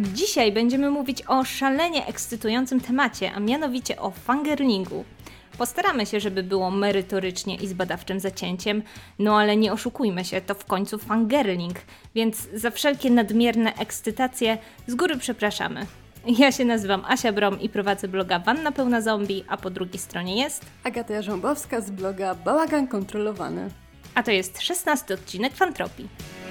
Dzisiaj będziemy mówić o szalenie ekscytującym temacie, a mianowicie o fangirlingu. Postaramy się, żeby było merytorycznie i z badawczym zacięciem, no ale nie oszukujmy się, to w końcu fangirling, więc za wszelkie nadmierne ekscytacje z góry przepraszamy. Ja się nazywam Asia Brom i prowadzę bloga Wanna Pełna Zombie, a po drugiej stronie jest Agata Jarząbowska z bloga Bałagan Kontrolowany. A to jest 16 odcinek Fantropii.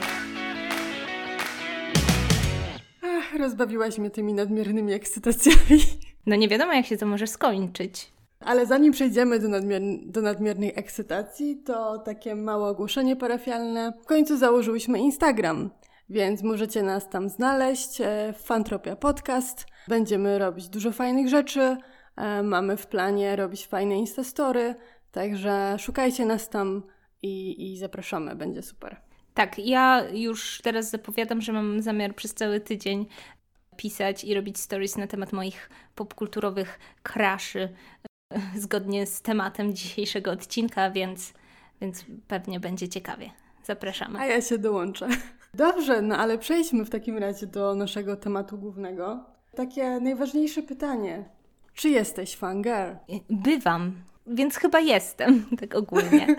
Rozbawiłaś mnie tymi nadmiernymi ekscytacjami. No nie wiadomo, jak się to może skończyć. Ale zanim przejdziemy do nadmiernej ekscytacji, to takie małe ogłoszenie parafialne. W końcu założyłyśmy Instagram, więc możecie nas tam znaleźć. Fantropia Podcast. Będziemy robić dużo fajnych rzeczy. Mamy w planie robić fajne instastory, także szukajcie nas tam i zapraszamy, będzie super. Tak, ja już teraz zapowiadam, że mam zamiar przez cały tydzień pisać i robić stories na temat moich popkulturowych cruszy zgodnie z tematem dzisiejszego odcinka, więc pewnie będzie ciekawie. Zapraszamy. A ja się dołączę. Dobrze, no ale przejdźmy w takim razie do naszego tematu głównego. Takie najważniejsze pytanie. Czy jesteś fangirl? Bywam, więc chyba jestem, tak ogólnie.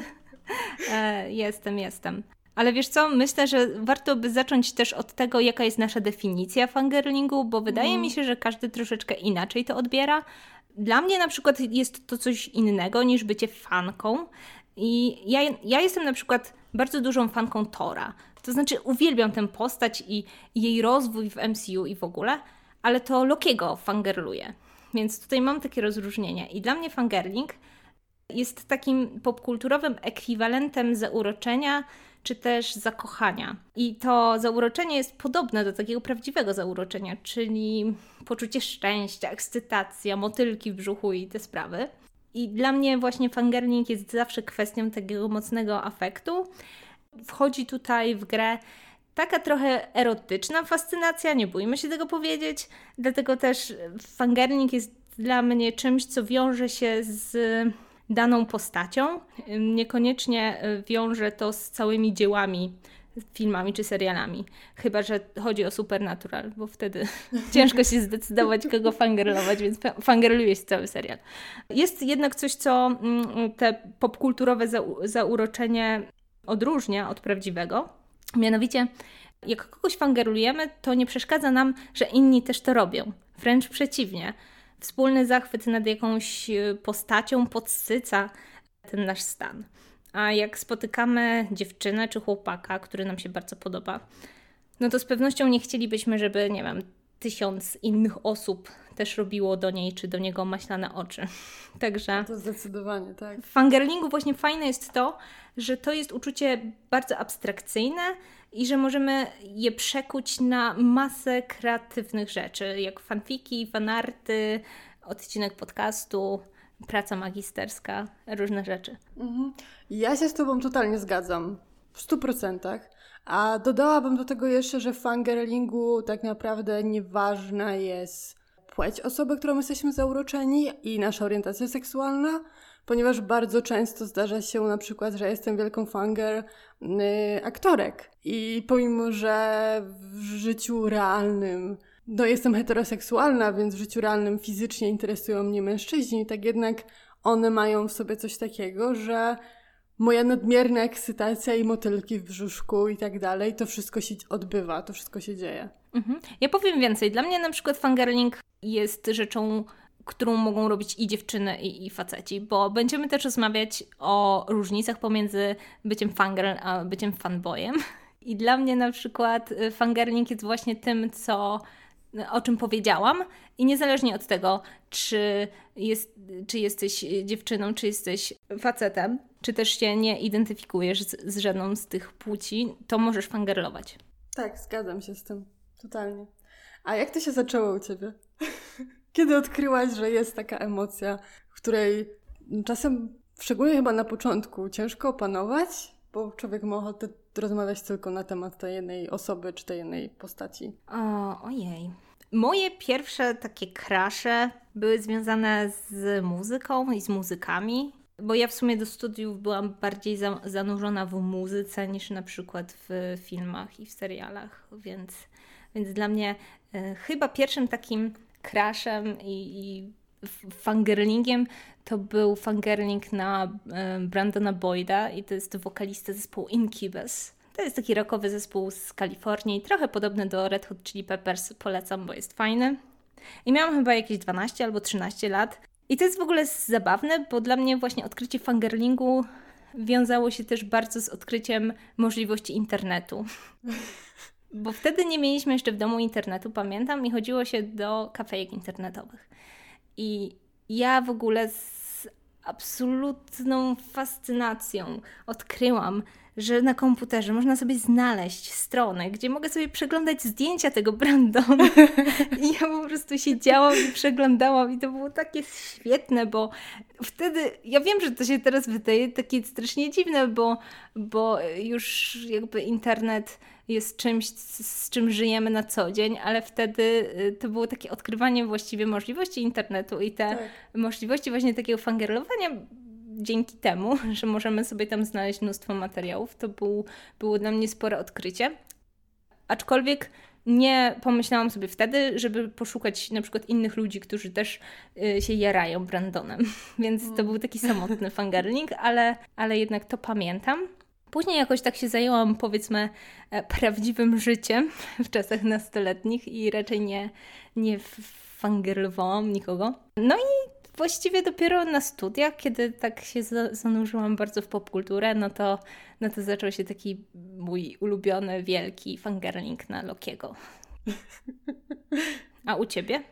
Jestem. Ale wiesz co, myślę, że warto by zacząć też od tego, jaka jest nasza definicja fangirlingu, bo wydaje mi się, że każdy troszeczkę inaczej to odbiera. Dla mnie na przykład jest to coś innego niż bycie fanką. I ja jestem na przykład bardzo dużą fanką Thora. To znaczy uwielbiam tę postać i jej rozwój w MCU i w ogóle, ale to Lokiego fangirluję. Więc tutaj mam takie rozróżnienia. I dla mnie fangirling jest takim popkulturowym ekwiwalentem zauroczenia czy też zakochania. I to zauroczenie jest podobne do takiego prawdziwego zauroczenia, czyli poczucie szczęścia, ekscytacja, motylki w brzuchu i te sprawy. I dla mnie właśnie fangirling jest zawsze kwestią takiego mocnego afektu. Wchodzi tutaj w grę taka trochę erotyczna fascynacja, nie bójmy się tego powiedzieć, dlatego też fangirling jest dla mnie czymś, co wiąże się z daną postacią. Niekoniecznie wiąże to z całymi dziełami, filmami czy serialami. Chyba że chodzi o Supernatural, bo wtedy ciężko się zdecydować, kogo fangirlować, więc fangirluje się cały serial. Jest jednak coś, co te popkulturowe zauroczenie odróżnia od prawdziwego. Mianowicie, jak kogoś fangirlujemy, to nie przeszkadza nam, że inni też to robią. Wręcz przeciwnie. Wspólny zachwyt nad jakąś postacią podsyca ten nasz stan. A jak spotykamy dziewczynę czy chłopaka, który nam się bardzo podoba, no to z pewnością nie chcielibyśmy, żeby, nie wiem, 1000 innych osób też robiło do niej czy do niego maślane oczy. Także to zdecydowanie, tak. W fangirlingu właśnie fajne jest to, że to jest uczucie bardzo abstrakcyjne i że możemy je przekuć na masę kreatywnych rzeczy, jak fanfiki, fanarty, odcinek podcastu, praca magisterska, różne rzeczy. Ja się z Tobą totalnie zgadzam, w 100%. A dodałabym do tego jeszcze, że w fangirlingu tak naprawdę nieważna jest płeć osoby, którą jesteśmy zauroczeni i nasza orientacja seksualna, ponieważ bardzo często zdarza się na przykład, że jestem wielką fangirl aktorek i pomimo, że w życiu realnym jestem heteroseksualna, więc w życiu realnym fizycznie interesują mnie mężczyźni, tak jednak one mają w sobie coś takiego, że moja nadmierna ekscytacja i motylki w brzuszku i tak dalej, to wszystko się odbywa, to wszystko się dzieje. Ja powiem więcej. Dla mnie na przykład fangirling jest rzeczą, którą mogą robić i dziewczyny, i faceci, bo będziemy też rozmawiać o różnicach pomiędzy byciem fangirl a byciem fanboyem. I dla mnie na przykład fangirling jest właśnie tym, o czym powiedziałam i niezależnie od tego, czy jesteś dziewczyną, czy jesteś facetem, czy też się nie identyfikujesz z żadną z tych płci, to możesz fangirlować. Tak, zgadzam się z tym. Totalnie. A jak to się zaczęło u Ciebie? Kiedy odkryłaś, że jest taka emocja, której czasem, szczególnie chyba na początku, ciężko opanować, bo człowiek ma ochotę rozmawiać tylko na temat tej jednej osoby, czy tej jednej postaci. Ojej. Moje pierwsze takie crusze były związane z muzyką i z muzykami. bo ja w sumie do studiów byłam bardziej zanurzona w muzyce niż na przykład w filmach i w serialach, więc dla mnie chyba pierwszym takim crushem i fangirlingiem to był fangirling na Brandona Boyda i to jest wokalista zespołu Incubus. To jest taki rockowy zespół z Kalifornii, trochę podobny do Red Hot Chili Peppers, polecam, bo jest fajny. I miałam chyba jakieś 12 albo 13 lat. I to jest w ogóle zabawne, bo dla mnie właśnie odkrycie fangirlingu wiązało się też bardzo z odkryciem możliwości internetu. Bo wtedy nie mieliśmy jeszcze w domu internetu, pamiętam, i chodziło się do kafejek internetowych. I ja w ogóle z absolutną fascynacją odkryłam, że na komputerze można sobie znaleźć stronę, gdzie mogę sobie przeglądać zdjęcia tego Brandona. I ja po prostu siedziałam i przeglądałam i to było takie świetne, bo wtedy, ja wiem, że to się teraz wydaje takie strasznie dziwne, bo już jakby internet jest czymś, z czym żyjemy na co dzień, ale wtedy to było takie odkrywanie właściwie możliwości internetu i te możliwości właśnie takiego fangirlowania dzięki temu, że możemy sobie tam znaleźć mnóstwo materiałów. To było dla mnie spore odkrycie. Aczkolwiek nie pomyślałam sobie wtedy, żeby poszukać na przykład innych ludzi, którzy też się jarają Brandonem. Więc to był taki samotny fangirling, ale jednak to pamiętam. Później jakoś tak się zajęłam, powiedzmy, prawdziwym życiem w czasach nastoletnich i raczej nie fangirlowałam nikogo. No i właściwie dopiero na studiach, kiedy tak się zanurzyłam bardzo w popkulturę, no to zaczął się taki mój ulubiony, wielki fangirling na Lokiego. A u ciebie?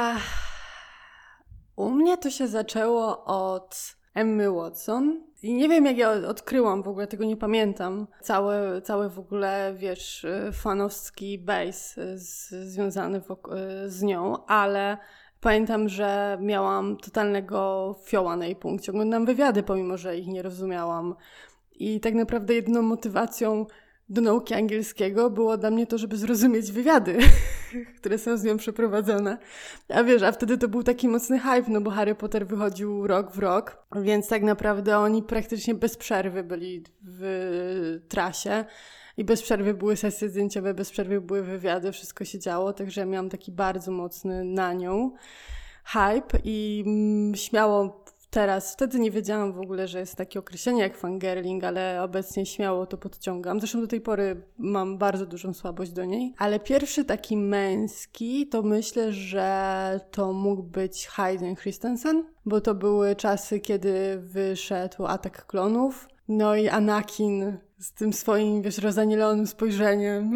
U mnie to się zaczęło od Emmy Watson. I nie wiem, jak ja odkryłam, w ogóle tego nie pamiętam. Cały w ogóle, wiesz, fanowski base związany z nią, ale pamiętam, że miałam totalnego fioła na jej punkcie. Oglądam wywiady, pomimo że ich nie rozumiałam. I tak naprawdę jedyną motywacją do nauki angielskiego było dla mnie to, żeby zrozumieć wywiady, które są z nią przeprowadzone. A wtedy to był taki mocny hype, no bo Harry Potter wychodził rok w rok, więc tak naprawdę oni praktycznie bez przerwy byli w trasie i bez przerwy były sesje zdjęciowe, bez przerwy były wywiady, wszystko się działo, także miałam taki bardzo mocny na nią hype i śmiało wtedy nie wiedziałam w ogóle, że jest takie określenie jak fangirling, ale obecnie śmiało to podciągam. Zresztą do tej pory mam bardzo dużą słabość do niej. Ale pierwszy taki męski to myślę, że to mógł być Hayden Christensen, bo to były czasy, kiedy wyszedł Atak Klonów. No i Anakin z tym swoim, wiesz, rozanielonym spojrzeniem.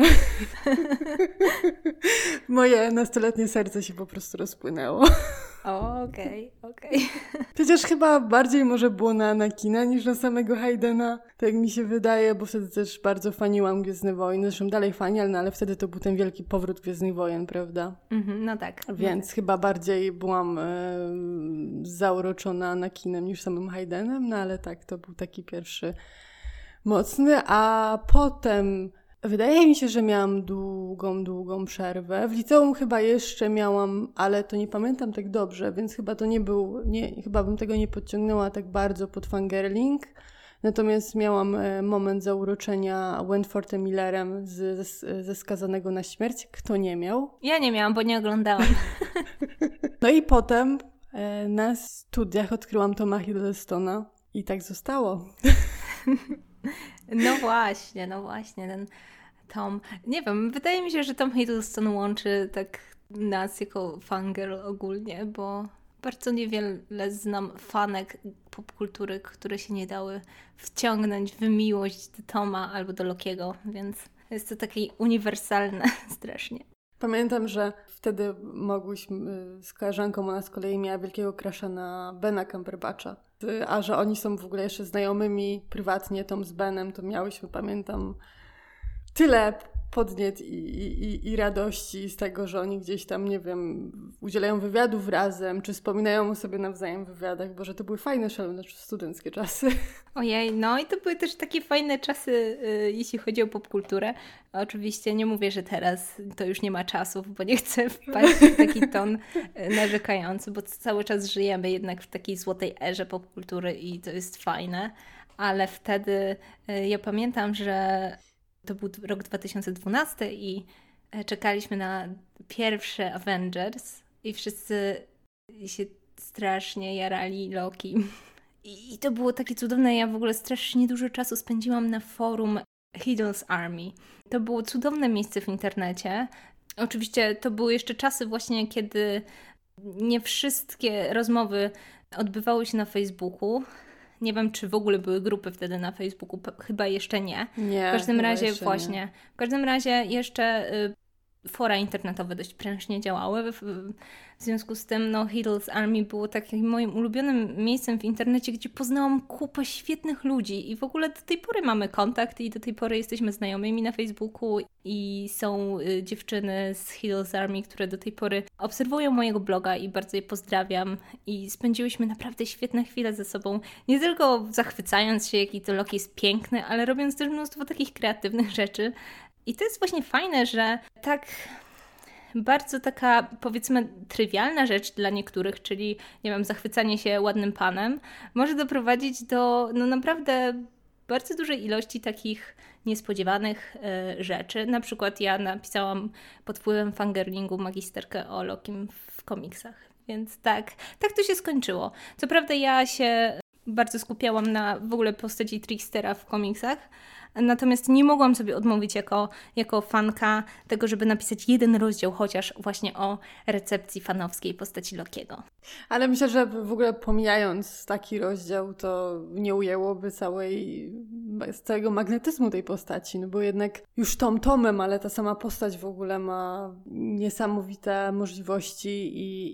Moje nastoletnie serce się po prostu rozpłynęło. Okej. Przecież chyba bardziej może było na Anakina niż na samego Haydena. Tak mi się wydaje, bo wtedy też bardzo faniłam Gwiezdne Wojny. Zresztą dalej fanię, ale wtedy to był ten wielki powrót Gwiezdnych Wojen, prawda? No tak. Więc chyba bardziej byłam zauroczona Anakinem niż samym Haydenem, no ale tak, to był taki pierwszy mocny, a potem wydaje mi się, że miałam długą przerwę. W liceum chyba jeszcze miałam, ale to nie pamiętam tak dobrze, więc chyba to chyba bym tego nie podciągnęła tak bardzo pod fangirling. Natomiast miałam moment zauroczenia Wentworthem Millerem ze Skazanego na śmierć. Kto nie miał? Ja nie miałam, bo nie oglądałam. No i potem na studiach odkryłam Toma Hiddlestona i tak zostało. No właśnie, ten Tom. Nie wiem, wydaje mi się, że Tom Hiddleston łączy tak nas jako fangirl ogólnie, bo bardzo niewiele znam fanek popkultury, które się nie dały wciągnąć w miłość do Toma albo do Lokiego, więc jest to takie uniwersalne strasznie. Pamiętam, że wtedy z koleżanką, ona z kolei miała wielkiego crusha na Bena Cumberbatcha. A że oni są w ogóle jeszcze znajomymi prywatnie, Tom z Benem, to miałyśmy, pamiętam, tyle podniet i radości z tego, że oni gdzieś tam, nie wiem, udzielają wywiadów razem, czy wspominają o sobie nawzajem w wywiadach, bo że to były fajne, szalone studenckie czasy. Ojej, no i to były też takie fajne czasy, jeśli chodzi o popkulturę. Oczywiście nie mówię, że teraz to już nie ma czasów, bo nie chcę wpaść w taki ton narzekający, bo cały czas żyjemy jednak w takiej złotej erze popkultury i to jest fajne, ale wtedy ja pamiętam, że to był rok 2012 i czekaliśmy na pierwsze Avengers i wszyscy się strasznie jarali Loki. I to było takie cudowne. Ja w ogóle strasznie dużo czasu spędziłam na forum Hiddle's Army. To było cudowne miejsce w internecie. Oczywiście to były jeszcze czasy właśnie, kiedy nie wszystkie rozmowy odbywały się na Facebooku. Nie wiem, czy w ogóle były grupy wtedy na Facebooku. Chyba jeszcze nie. Nie, w każdym razie właśnie. Nie. W każdym razie jeszcze fora internetowe dość prężnie działały. W związku z tym Hiddle's Army było takim moim ulubionym miejscem w internecie, gdzie poznałam kupę świetnych ludzi i w ogóle do tej pory mamy kontakt i do tej pory jesteśmy znajomymi na Facebooku i są dziewczyny z Hiddle's Army, które do tej pory obserwują mojego bloga i bardzo je pozdrawiam i spędziłyśmy naprawdę świetne chwile ze sobą, nie tylko zachwycając się, jaki to Loki jest piękny, ale robiąc też mnóstwo takich kreatywnych rzeczy. I to jest właśnie fajne, że tak bardzo taka, powiedzmy, trywialna rzecz dla niektórych, czyli, nie wiem, zachwycanie się ładnym panem, może doprowadzić do naprawdę bardzo dużej ilości takich niespodziewanych rzeczy. Na przykład ja napisałam pod wpływem fangirlingu magisterkę o Lokim w komiksach, więc tak to się skończyło. Co prawda ja się bardzo skupiałam na w ogóle postaci Trickstera w komiksach, natomiast nie mogłam sobie odmówić jako fanka tego, żeby napisać jeden rozdział chociaż właśnie o recepcji fanowskiej postaci Lokiego. Ale myślę, że w ogóle pomijając taki rozdział, to nie ujęłoby całego magnetyzmu tej postaci, no bo jednak już tomem, ale ta sama postać w ogóle ma niesamowite możliwości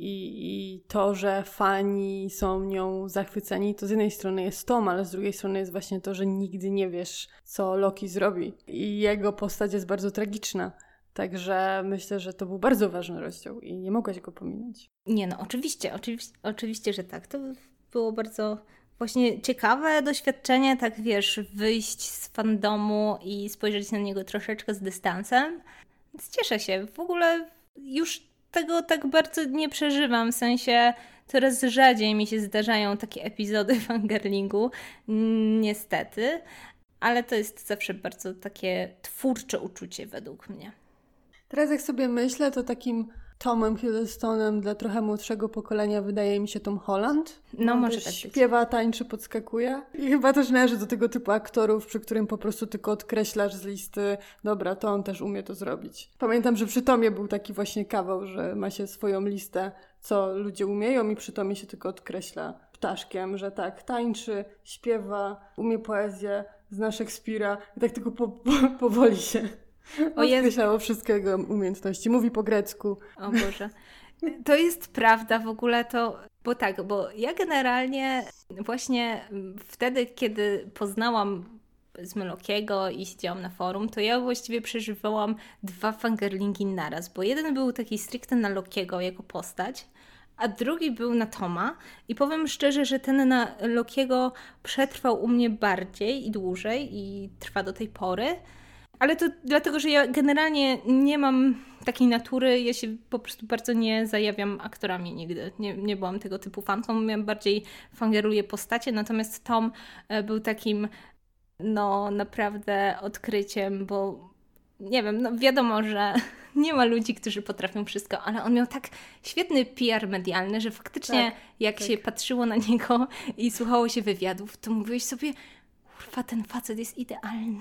i to, że fani są nią zachwyceni, to z jednej strony jest tom, ale z drugiej strony jest właśnie to, że nigdy nie wiesz, co Loki zrobi. I jego postać jest bardzo tragiczna. Także myślę, że to był bardzo ważny rozdział i nie mogłaś go pominąć. Nie, oczywiście, że tak. To było bardzo właśnie ciekawe doświadczenie, tak wiesz, wyjść z fandomu i spojrzeć na niego troszeczkę z dystansem. Więc cieszę się. W ogóle już tego tak bardzo nie przeżywam, w sensie coraz rzadziej mi się zdarzają takie epizody fangirlingu, niestety. Ale to jest zawsze bardzo takie twórcze uczucie według mnie. Teraz jak sobie myślę, to takim Tomem Hiddlestonem dla trochę młodszego pokolenia wydaje mi się Tom Holland. No może tak być. Śpiewa, tańczy, podskakuje. I chyba też należy do tego typu aktorów, przy którym po prostu tylko odkreślasz z listy, dobra, to on też umie to zrobić. Pamiętam, że przy Tomie był taki właśnie kawał, że ma się swoją listę, co ludzie umieją i przy Tomie się tylko odkreśla ptaszkiem, że tak, tańczy, śpiewa, umie poezję, zna Szekspira i tak tylko powoli się odkreślało wszystkie jego umiejętności. Mówi po grecku. O Boże. To jest prawda w ogóle to, bo ja generalnie właśnie wtedy, kiedy poznałam Lokiego i siedziałam na forum, to ja właściwie przeżywałam 2 fangirlingi naraz, bo jeden był taki stricte na Lokiego jako postać, a drugi był na Toma i powiem szczerze, że ten na Lokiego przetrwał u mnie bardziej i dłużej i trwa do tej pory, ale to dlatego, że ja generalnie nie mam takiej natury, ja się po prostu bardzo nie zajawiam aktorami nigdy. Nie byłam tego typu fanką, ja bardziej fangirluję postacie, natomiast Tom był takim naprawdę odkryciem, bo nie wiem, wiadomo, że nie ma ludzi, którzy potrafią wszystko, ale on miał tak świetny PR medialny, że faktycznie jak się patrzyło na niego i słuchało się wywiadów, to mówiłeś sobie, kurwa, ten facet jest idealny.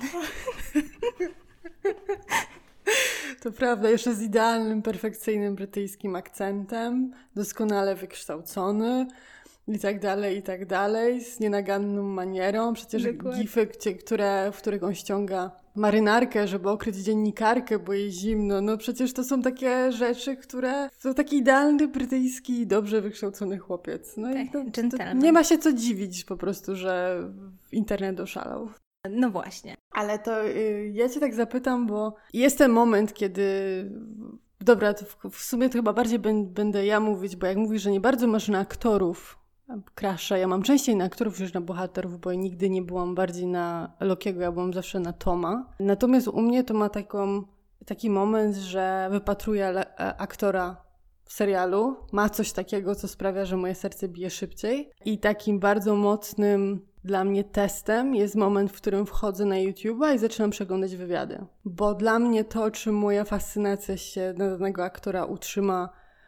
To prawda, jeszcze z idealnym, perfekcyjnym brytyjskim akcentem, doskonale wykształcony i tak dalej, z nienaganną manierą. Przecież gify, w których on ściąga marynarkę, żeby okryć dziennikarkę, bo jej zimno. No przecież to są takie rzeczy, które... To taki idealny brytyjski, dobrze wykształcony chłopiec. No tak, i to nie ma się co dziwić po prostu, że internet oszalał. No właśnie. Ale to ja cię tak zapytam, bo jest ten moment, kiedy... Dobra, to w sumie to chyba bardziej będę ja mówić, bo jak mówisz, że nie bardzo masz na aktorów crusha, ja mam częściej na aktorów niż na bohaterów, bo ja nigdy nie byłam bardziej na Lokiego, ja byłam zawsze na Toma. Natomiast u mnie to ma taki moment, że wypatruję aktora w serialu, ma coś takiego, co sprawia, że moje serce bije szybciej. I takim bardzo mocnym dla mnie testem jest moment, w którym wchodzę na YouTube'a i zaczynam przeglądać wywiady. Bo dla mnie to, czy moja fascynacja się na danego aktora utrzyma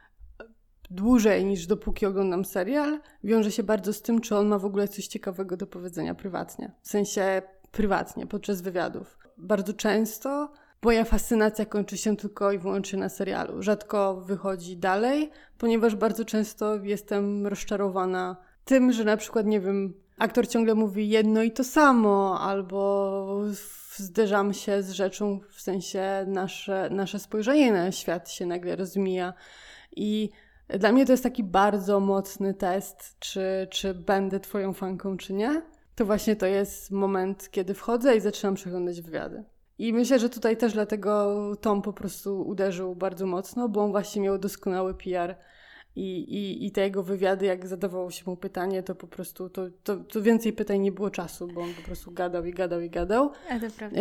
dłużej niż dopóki oglądam serial, wiąże się bardzo z tym, czy on ma w ogóle coś ciekawego do powiedzenia prywatnie. W sensie prywatnie, podczas wywiadów. Bardzo często moja fascynacja kończy się tylko i wyłącznie na serialu. Rzadko wychodzi dalej, ponieważ bardzo często jestem rozczarowana tym, że na przykład, nie wiem, aktor ciągle mówi jedno i to samo, albo zderzam się z rzeczą, w sensie nasze spojrzenie na świat się nagle rozmija. I dla mnie to jest taki bardzo mocny test, czy będę twoją fanką, czy nie. To właśnie to jest moment, kiedy wchodzę i zaczynam przeglądać wywiady. I myślę, że tutaj też dlatego Tom po prostu uderzył bardzo mocno, bo on właśnie miał doskonały PR i te jego wywiady, jak zadawało się mu pytanie, to po prostu to więcej pytań nie było czasu, bo on po prostu gadał i gadał i gadał. A to prawda.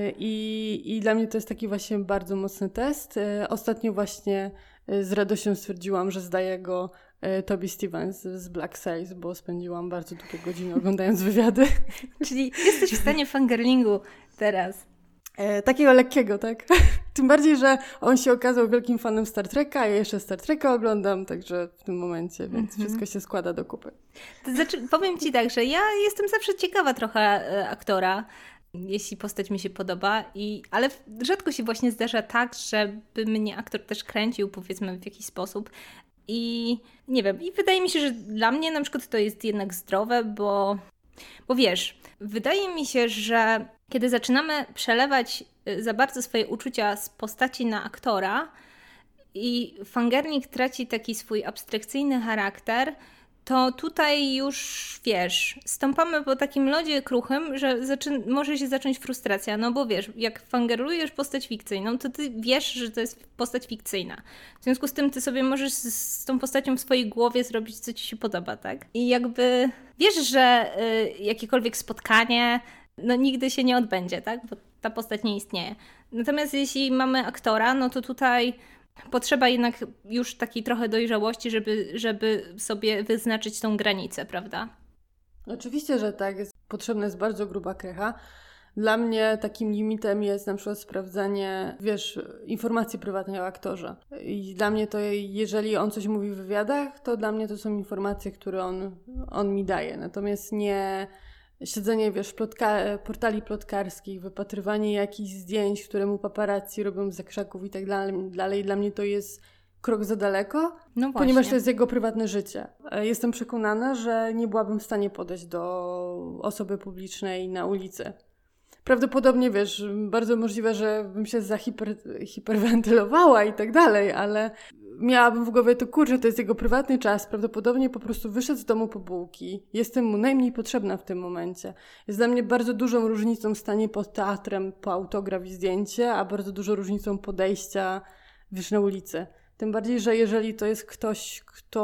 I dla mnie to jest taki właśnie bardzo mocny test. Ostatnio właśnie z radością stwierdziłam, że zdaję go Toby Stevens z Black Sails, bo spędziłam bardzo długie godziny oglądając wywiady. Czyli jesteś w stanie fangirlingu teraz. Takiego lekkiego, tak? Tym bardziej, że on się okazał wielkim fanem Star Treka, a ja jeszcze Star Treka oglądam, także w tym momencie, więc wszystko się składa do kupy. To znaczy, powiem ci tak, że ja jestem zawsze ciekawa trochę aktora, jeśli postać mi się podoba, ale rzadko się właśnie zdarza tak, żeby mnie aktor też kręcił, powiedzmy, w jakiś sposób. I nie wiem, i wydaje mi się, że dla mnie na przykład to jest jednak zdrowe, bo wiesz, wydaje mi się, że kiedy zaczynamy przelewać za bardzo swoje uczucia z postaci na aktora i fangirling traci taki swój abstrakcyjny charakter, to tutaj już, wiesz, stąpamy po takim lodzie kruchym, że może się zacząć frustracja, no bo wiesz, jak fangirlujesz postać fikcyjną, to ty wiesz, że to jest postać fikcyjna. W związku z tym ty sobie możesz z tą postacią w swojej głowie zrobić, co ci się podoba, tak? I jakby wiesz, że jakiekolwiek spotkanie nigdy się nie odbędzie, tak? Bo ta postać nie istnieje. Natomiast jeśli mamy aktora, no to tutaj potrzeba jednak już takiej trochę dojrzałości, żeby sobie wyznaczyć tą granicę, prawda? Oczywiście, że tak. Potrzebna jest bardzo gruba krecha. Dla mnie takim limitem jest na przykład sprawdzanie, wiesz, informacji prywatnej o aktorze. I dla mnie to, jeżeli on coś mówi w wywiadach, to dla mnie to są informacje, które on mi daje. Natomiast nie siedzenie, wiesz, portali plotkarskich, wypatrywanie jakichś zdjęć, które mu paparazzi robią z krzaków i tak dalej. Dla mnie to jest krok za daleko, ponieważ to jest jego prywatne życie. Jestem przekonana, że nie byłabym w stanie podejść do osoby publicznej na ulicy. Prawdopodobnie, wiesz, bardzo możliwe, że bym się hiperwentylowała i tak dalej, ale miałabym w głowie to, kurczę, to jest jego prywatny czas, prawdopodobnie po prostu wyszedł z domu po bułki. Jestem mu najmniej potrzebna w tym momencie. Jest dla mnie bardzo dużą różnicą stanie pod teatrem po autograf i zdjęcie, a bardzo dużą różnicą podejścia, wiesz, na ulicy. Tym bardziej, że jeżeli to jest ktoś,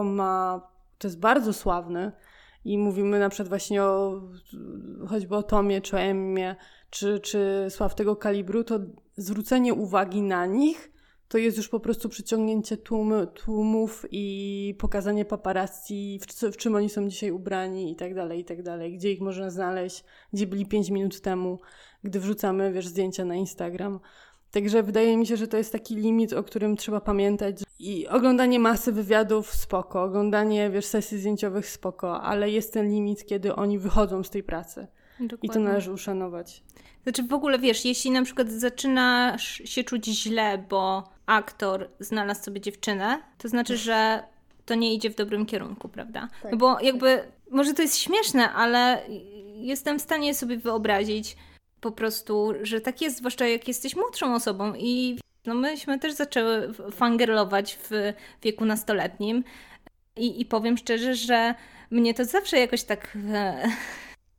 to jest bardzo sławny i mówimy na przykład właśnie choćby o Tomie, czy o Emmie, czy sław tego kalibru, to zwrócenie uwagi na nich to jest już po prostu przyciągnięcie tłumów i pokazanie paparazzi, w czym oni są dzisiaj ubrani i tak dalej, gdzie ich można znaleźć, gdzie byli 5 minut temu, gdy wrzucamy, wiesz, zdjęcia na Instagram. Także wydaje mi się, że to jest taki limit, o którym trzeba pamiętać. I oglądanie masy wywiadów spoko, oglądanie, wiesz, sesji zdjęciowych spoko, ale jest ten limit, kiedy oni wychodzą z tej pracy. Dokładnie. I to należy uszanować. Znaczy w ogóle, wiesz, jeśli na przykład zaczynasz się czuć źle, bo aktor znalazł sobie dziewczynę, to znaczy, że to nie idzie w dobrym kierunku, prawda? Tak. No bo jakby, może to jest śmieszne, ale jestem w stanie sobie wyobrazić po prostu, że tak jest, zwłaszcza jak jesteś młodszą osobą i myśmy też zaczęły fangirlować w wieku nastoletnim i powiem szczerze, że mnie to zawsze jakoś tak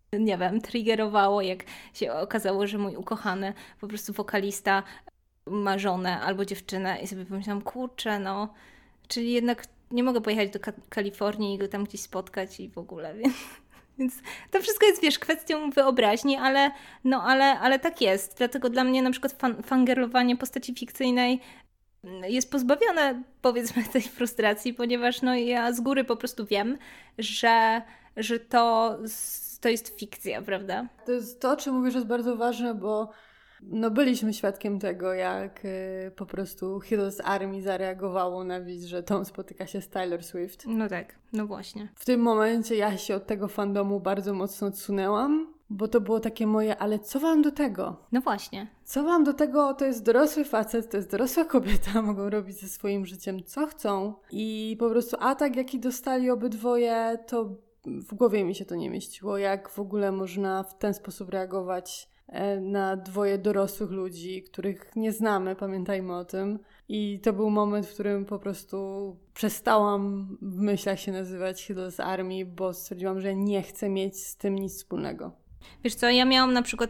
nie wiem, triggerowało, jak się okazało, że mój ukochany po prostu wokalista ma żonę albo dziewczynę i sobie pomyślałam, kurczę, no, czyli jednak nie mogę pojechać do Kalifornii i go tam gdzieś spotkać i w ogóle, więc to wszystko jest, wiesz, kwestią wyobraźni, ale tak jest. Dlatego dla mnie na przykład fangirlowanie postaci fikcyjnej jest pozbawione, powiedzmy, tej frustracji, ponieważ no ja z góry po prostu wiem, że to jest fikcja, prawda? To jest to, o czym mówisz, jest bardzo ważne, bo no byliśmy świadkiem tego, jak po prostu Heroes Army zareagowało na wizję, że Tom spotyka się z Taylor Swift. No tak, no właśnie. W tym momencie ja się od tego fandomu bardzo mocno odsunęłam, bo to było takie moje, ale co wam do tego? No właśnie. Co wam do tego? To jest dorosły facet, to jest dorosła kobieta, mogą robić ze swoim życiem co chcą i po prostu atak, jaki dostali obydwoje, to w głowie mi się to nie mieściło, jak w ogóle można w ten sposób reagować na dwoje dorosłych ludzi, których nie znamy, pamiętajmy o tym. I to był moment, w którym po prostu przestałam w myślach się nazywać Heroes Army, bo stwierdziłam, że nie chcę mieć z tym nic wspólnego. Wiesz co, ja miałam na przykład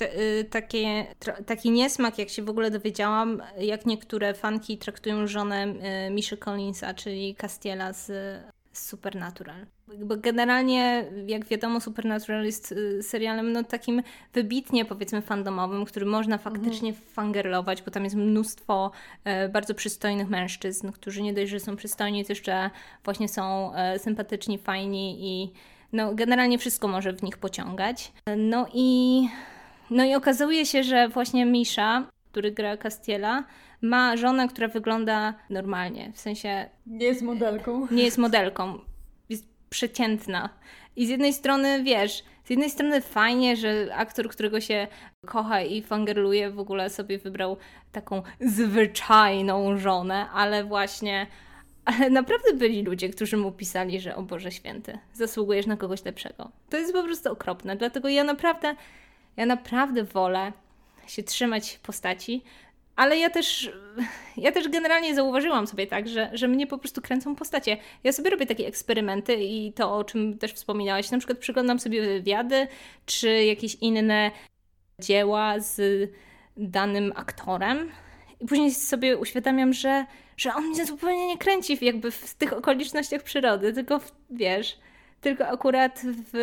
taki niesmak, jak się w ogóle dowiedziałam, jak niektóre fanki traktują żonę Mishy Collinsa, czyli Castiela z Supernatural. Bo generalnie, jak wiadomo, Supernatural jest serialem no takim wybitnie, powiedzmy, fandomowym, który można faktycznie fangirlować, bo tam jest mnóstwo bardzo przystojnych mężczyzn, którzy nie dość, że są przystojni, to jeszcze właśnie są sympatyczni, fajni i no generalnie wszystko może w nich pociągać. No i okazuje się, że właśnie Misha, który gra Castiela, ma żonę, która wygląda normalnie, w sensie... Nie jest modelką. Nie jest modelką. Jest przeciętna. I z jednej strony, wiesz, fajnie, że aktor, którego się kocha i fangirluje, w ogóle sobie wybrał taką zwyczajną żonę, ale naprawdę byli ludzie, którzy mu pisali, że o Boże Święty, zasługujesz na kogoś lepszego. To jest po prostu okropne, dlatego ja naprawdę wolę się trzymać postaci, ale ja też generalnie zauważyłam sobie tak, że mnie po prostu kręcą postacie. Ja sobie robię takie eksperymenty i to, o czym też wspominałaś, na przykład przyglądam sobie wywiady, czy jakieś inne dzieła z danym aktorem i później sobie uświadamiam, że on mnie zupełnie nie kręci jakby w tych okolicznościach przyrody, tylko akurat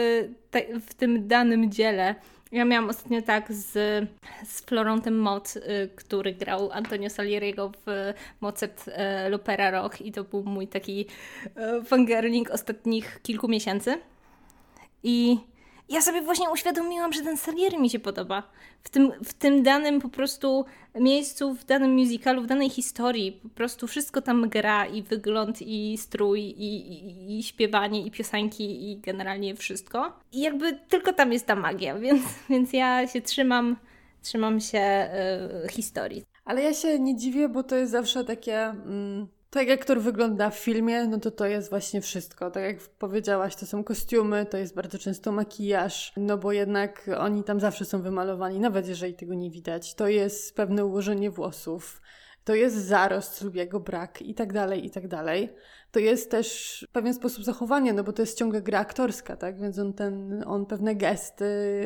w tym danym dziele. Ja miałam ostatnio tak z Florentem Mott, który grał Antonio Salieriego w Mozart l'Opera Rock i to był mój taki fangirling ostatnich kilku miesięcy. I ja sobie właśnie uświadomiłam, że ten Salieri mi się podoba. W tym danym po prostu miejscu, w danym musicalu, w danej historii. Po prostu wszystko tam gra i wygląd, i strój, i śpiewanie, i piosenki, i generalnie wszystko. I jakby tylko tam jest ta magia, więc ja się trzymam się historii. Ale ja się nie dziwię, bo to jest zawsze takie... Tak jak aktor wygląda w filmie, no to jest właśnie wszystko. Tak jak powiedziałaś, to są kostiumy, to jest bardzo często makijaż, no bo jednak oni tam zawsze są wymalowani, nawet jeżeli tego nie widać. To jest pewne ułożenie włosów, to jest zarost lub jego brak i tak dalej, i tak dalej. To jest też pewien sposób zachowania, no bo to jest ciągle gra aktorska, tak? Więc on pewne gesty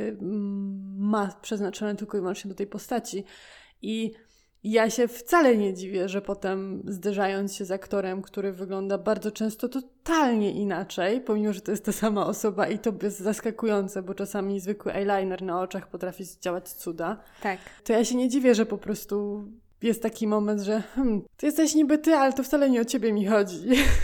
ma przeznaczone tylko i wyłącznie do tej postaci. I ja się wcale nie dziwię, że potem zderzając się z aktorem, który wygląda bardzo często totalnie inaczej, pomimo że to jest ta sama osoba i to jest zaskakujące, bo czasami zwykły eyeliner na oczach potrafi zdziałać cuda. Tak. To ja się nie dziwię, że po prostu jest taki moment, że ty jesteś niby ty, ale to wcale nie o ciebie mi chodzi.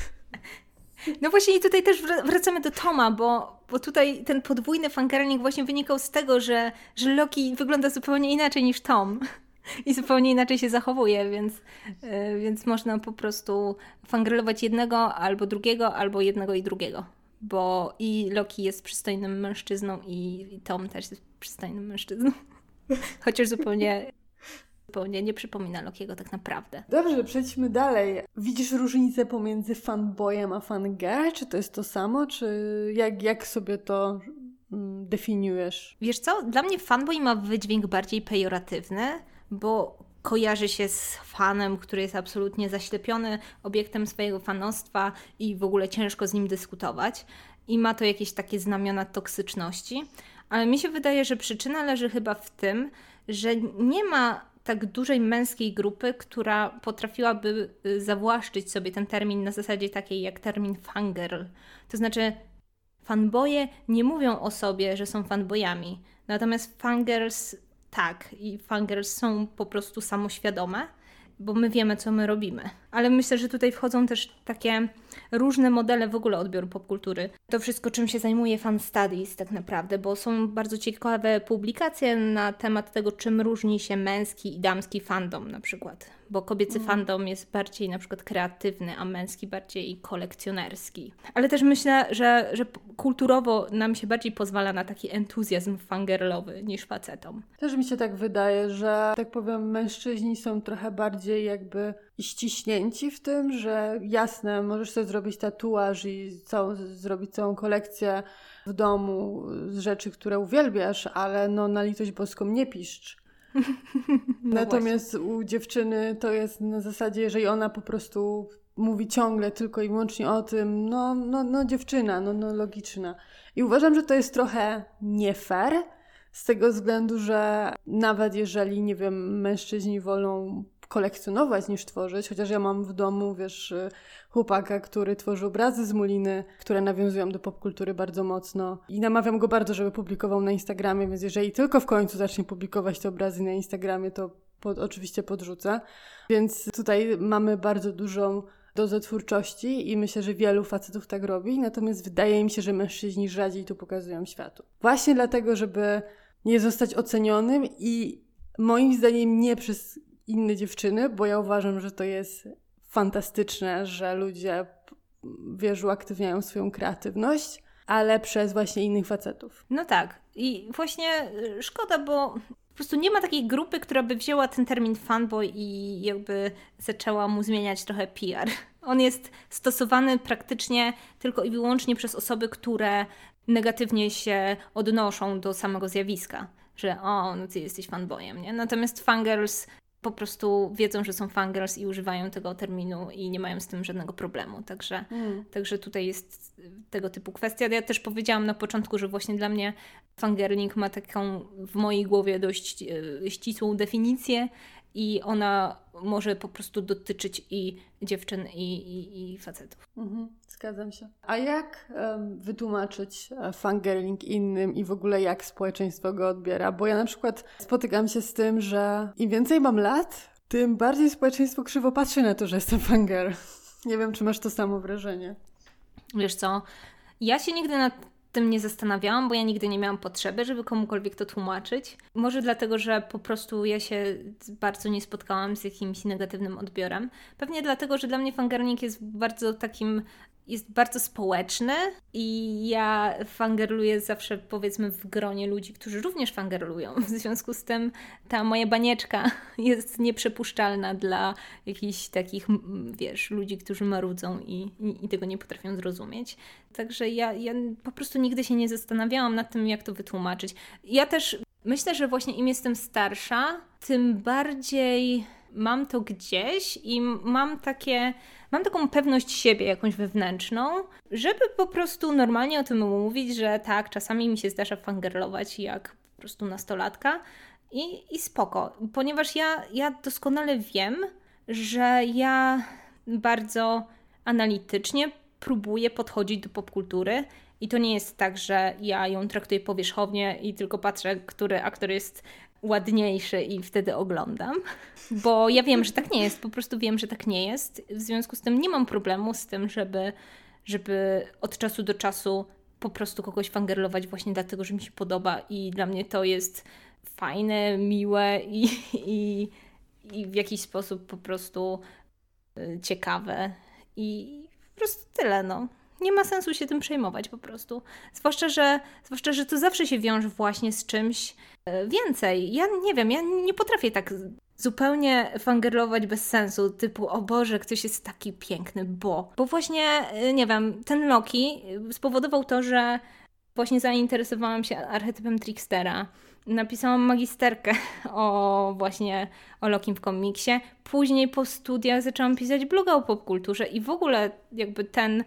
No właśnie i tutaj też wracamy do Toma, bo tutaj ten podwójny fangirling właśnie wynikał z tego, że Loki wygląda zupełnie inaczej niż Tom. I zupełnie inaczej się zachowuje, więc można po prostu fangirlować jednego albo drugiego, albo jednego i drugiego. Bo i Loki jest przystojnym mężczyzną i Tom też jest przystojnym mężczyzną. Chociaż zupełnie nie przypomina Lokiego tak naprawdę. Dobrze, przejdźmy dalej. Widzisz różnicę pomiędzy fanboyem a fangirl? Czy to jest to samo? Czy jak sobie to definiujesz? Wiesz co? Dla mnie fanboy ma wydźwięk bardziej pejoratywny, bo kojarzy się z fanem, który jest absolutnie zaślepiony obiektem swojego fanostwa i w ogóle ciężko z nim dyskutować. i ma to jakieś takie znamiona toksyczności. Ale mi się wydaje, że przyczyna leży chyba w tym, że nie ma tak dużej męskiej grupy, która potrafiłaby zawłaszczyć sobie ten termin na zasadzie takiej jak termin fangirl. To znaczy fanboye nie mówią o sobie, że są fanboyami. Natomiast fangirls tak. I fangirls są po prostu samoświadome, bo my wiemy, co my robimy. Ale myślę, że tutaj wchodzą też takie różne modele w ogóle odbioru popkultury. To wszystko, czym się zajmuje Fan Studies tak naprawdę, bo są bardzo ciekawe publikacje na temat tego, czym różni się męski i damski fandom na przykład. Bo kobiecy fandom jest bardziej na przykład kreatywny, a męski bardziej kolekcjonerski. Ale też myślę, że kulturowo nam się bardziej pozwala na taki entuzjazm fangirlowy niż facetom. Też mi się tak wydaje, że tak powiem, mężczyźni są trochę bardziej jakby ściśnięci w tym, że jasne, możesz sobie zrobić tatuaż i zrobić całą kolekcję w domu z rzeczy, które uwielbiasz, ale no na litość boską nie piszcz. Natomiast u dziewczyny to jest na zasadzie, jeżeli ona po prostu mówi ciągle tylko i wyłącznie o tym, no dziewczyna, no logiczna. I uważam, że to jest trochę nie fair, z tego względu, że nawet jeżeli, nie wiem, mężczyźni wolą kolekcjonować niż tworzyć, chociaż ja mam w domu, wiesz, chłopaka, który tworzy obrazy z Muliny, które nawiązują do popkultury bardzo mocno i namawiam go bardzo, żeby publikował na Instagramie, więc jeżeli tylko w końcu zacznie publikować te obrazy na Instagramie, to oczywiście podrzucę. Więc tutaj mamy bardzo dużą dozę twórczości i myślę, że wielu facetów tak robi, natomiast wydaje mi się, że mężczyźni rzadziej to pokazują światu. Właśnie dlatego, żeby nie zostać ocenionym i moim zdaniem nie przez inne dziewczyny, bo ja uważam, że to jest fantastyczne, że ludzie, wiesz, uaktywniają swoją kreatywność, ale przez właśnie innych facetów. No tak. I właśnie szkoda, bo po prostu nie ma takiej grupy, która by wzięła ten termin fanboy i jakby zaczęła mu zmieniać trochę PR. On jest stosowany praktycznie tylko i wyłącznie przez osoby, które negatywnie się odnoszą do samego zjawiska, że no ty jesteś fanboyem, nie? Natomiast fangirls po prostu wiedzą, że są fangirls i używają tego terminu i nie mają z tym żadnego problemu. Także tutaj jest tego typu kwestia. Ja też powiedziałam na początku, że właśnie dla mnie fangirling ma taką w mojej głowie dość ścisłą definicję i ona może po prostu dotyczyć i dziewczyn, i facetów. Zgadzam się. A jak wytłumaczyć fangirling innym i w ogóle jak społeczeństwo go odbiera? Bo ja na przykład spotykam się z tym, że im więcej mam lat, tym bardziej społeczeństwo krzywo patrzy na to, że jestem fangirl. Nie wiem, czy masz to samo wrażenie. Wiesz co, ja się nigdy nad tym nie zastanawiałam, bo ja nigdy nie miałam potrzeby, żeby komukolwiek to tłumaczyć. Może dlatego, że po prostu ja się bardzo nie spotkałam z jakimś negatywnym odbiorem. Pewnie dlatego, że dla mnie fangirling jest bardzo społeczny i ja fangirluję zawsze, powiedzmy, w gronie ludzi, którzy również fangirlują. W związku z tym ta moja banieczka jest nieprzepuszczalna dla jakichś takich, wiesz, ludzi, którzy marudzą i tego nie potrafią zrozumieć. Także ja po prostu nigdy się nie zastanawiałam nad tym, jak to wytłumaczyć. Ja też myślę, że właśnie im jestem starsza, tym bardziej mam to gdzieś i mam taką pewność siebie jakąś wewnętrzną, żeby po prostu normalnie o tym mówić, że tak, czasami mi się zdarza fangirlować jak po prostu nastolatka i spoko. Ponieważ ja doskonale wiem, że ja bardzo analitycznie próbuję podchodzić do popkultury i to nie jest tak, że ja ją traktuję powierzchownie i tylko patrzę, który aktor jest ładniejszy i wtedy oglądam, bo ja wiem, że tak nie jest, po prostu wiem, że tak nie jest. W związku z tym nie mam problemu z tym, żeby od czasu do czasu po prostu kogoś fangirlować właśnie dlatego, że mi się podoba i dla mnie to jest fajne, miłe i w jakiś sposób po prostu ciekawe i po prostu tyle, no. Nie ma sensu się tym przejmować po prostu. Zwłaszcza, że to zawsze się wiąże właśnie z czymś więcej. Ja nie wiem, ja nie potrafię tak zupełnie fangirlować bez sensu, typu o Boże, ktoś jest taki piękny, bo właśnie, nie wiem, ten Loki spowodował to, że właśnie zainteresowałam się archetypem trickstera. Napisałam magisterkę o Lokim w komiksie. Później po studiach zaczęłam pisać bloga o popkulturze i w ogóle jakby ten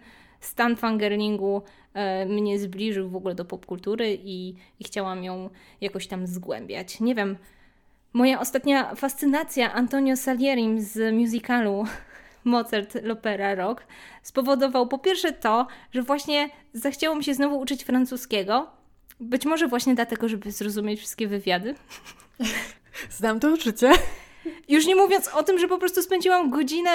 stan fangirlingu mnie zbliżył w ogóle do popkultury i chciałam ją jakoś tam zgłębiać. Nie wiem, moja ostatnia fascynacja Antonio Salierim z musicalu Mozart l'Opera Rock spowodował po pierwsze to, że właśnie zachciało mi się znowu uczyć francuskiego. Być może właśnie dlatego, żeby zrozumieć wszystkie wywiady. Znam to uczucie. Już nie mówiąc o tym, że po prostu spędziłam godzinę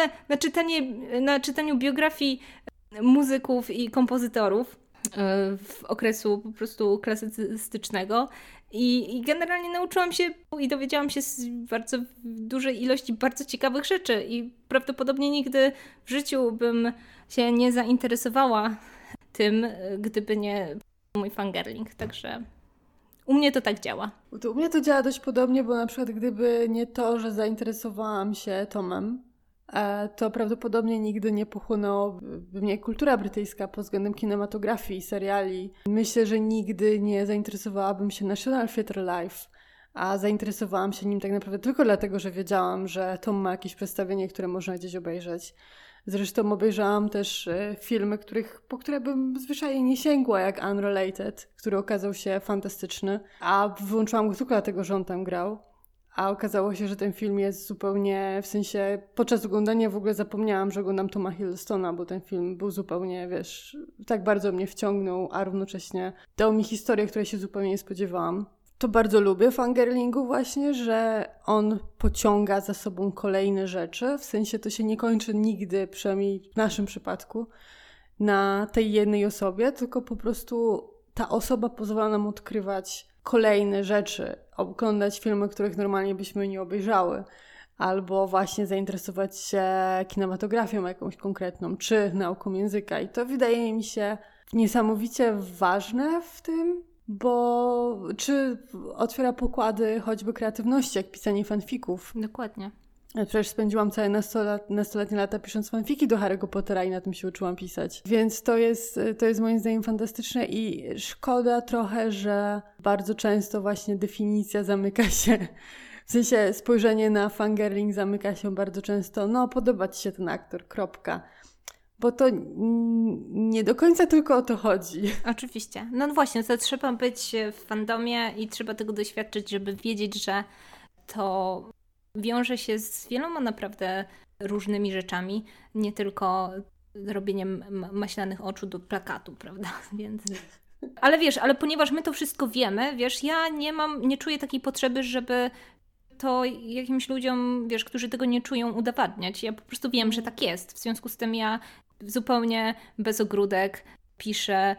na czytaniu biografii muzyków i kompozytorów w okresu po prostu klasycystycznego. I generalnie nauczyłam się i dowiedziałam się z bardzo dużej ilości bardzo ciekawych rzeczy i prawdopodobnie nigdy w życiu bym się nie zainteresowała tym, gdyby nie mój fangirling. Także u mnie to tak działa. U mnie to działa dość podobnie, bo na przykład gdyby nie to, że zainteresowałam się Tomem, to prawdopodobnie nigdy nie pochłonęłaby mnie kultura brytyjska pod względem kinematografii, seriali. Myślę, że nigdy nie zainteresowałabym się National Theatre Live, a zainteresowałam się nim tak naprawdę tylko dlatego, że wiedziałam, że Tom ma jakieś przedstawienie, które można gdzieś obejrzeć. Zresztą obejrzałam też filmy, po które bym zwyczajnie nie sięgła, jak Unrelated, który okazał się fantastyczny, a wyłączyłam go tylko dlatego, że on tam grał. A okazało się, że ten film jest zupełnie, w sensie podczas oglądania w ogóle zapomniałam, że oglądam Toma Hiddlestona, bo ten film był zupełnie, wiesz, tak bardzo mnie wciągnął, a równocześnie dał mi historię, której się zupełnie nie spodziewałam. To bardzo lubię fangirlingu właśnie, że on pociąga za sobą kolejne rzeczy, w sensie to się nie kończy nigdy, przynajmniej w naszym przypadku, na tej jednej osobie, tylko po prostu ta osoba pozwala nam odkrywać kolejne rzeczy, oglądać filmy, których normalnie byśmy nie obejrzały, albo właśnie zainteresować się kinematografią jakąś konkretną, czy nauką języka. I to wydaje mi się niesamowicie ważne w tym, bo czy otwiera pokłady choćby kreatywności, jak pisanie fanfików. Dokładnie. Ja przecież spędziłam całe nastoletnie lata pisząc fanfiki do Harry'ego Pottera i na tym się uczyłam pisać. Więc to jest moim zdaniem fantastyczne i szkoda trochę, że bardzo często właśnie definicja zamyka się, w sensie spojrzenie na fangirling zamyka się bardzo często, no podoba ci się ten aktor, kropka. Bo to nie do końca tylko o to chodzi. Oczywiście. No właśnie, to trzeba być w fandomie i trzeba tego doświadczyć, żeby wiedzieć, że to wiąże się z wieloma naprawdę różnymi rzeczami, nie tylko robieniem maślanych oczu do plakatu, prawda? Więc... Ale ponieważ my to wszystko wiemy, wiesz, ja nie czuję takiej potrzeby, żeby to jakimś ludziom, wiesz, którzy tego nie czują, udowadniać. Ja po prostu wiem, że tak jest. W związku z tym ja zupełnie bez ogródek piszę,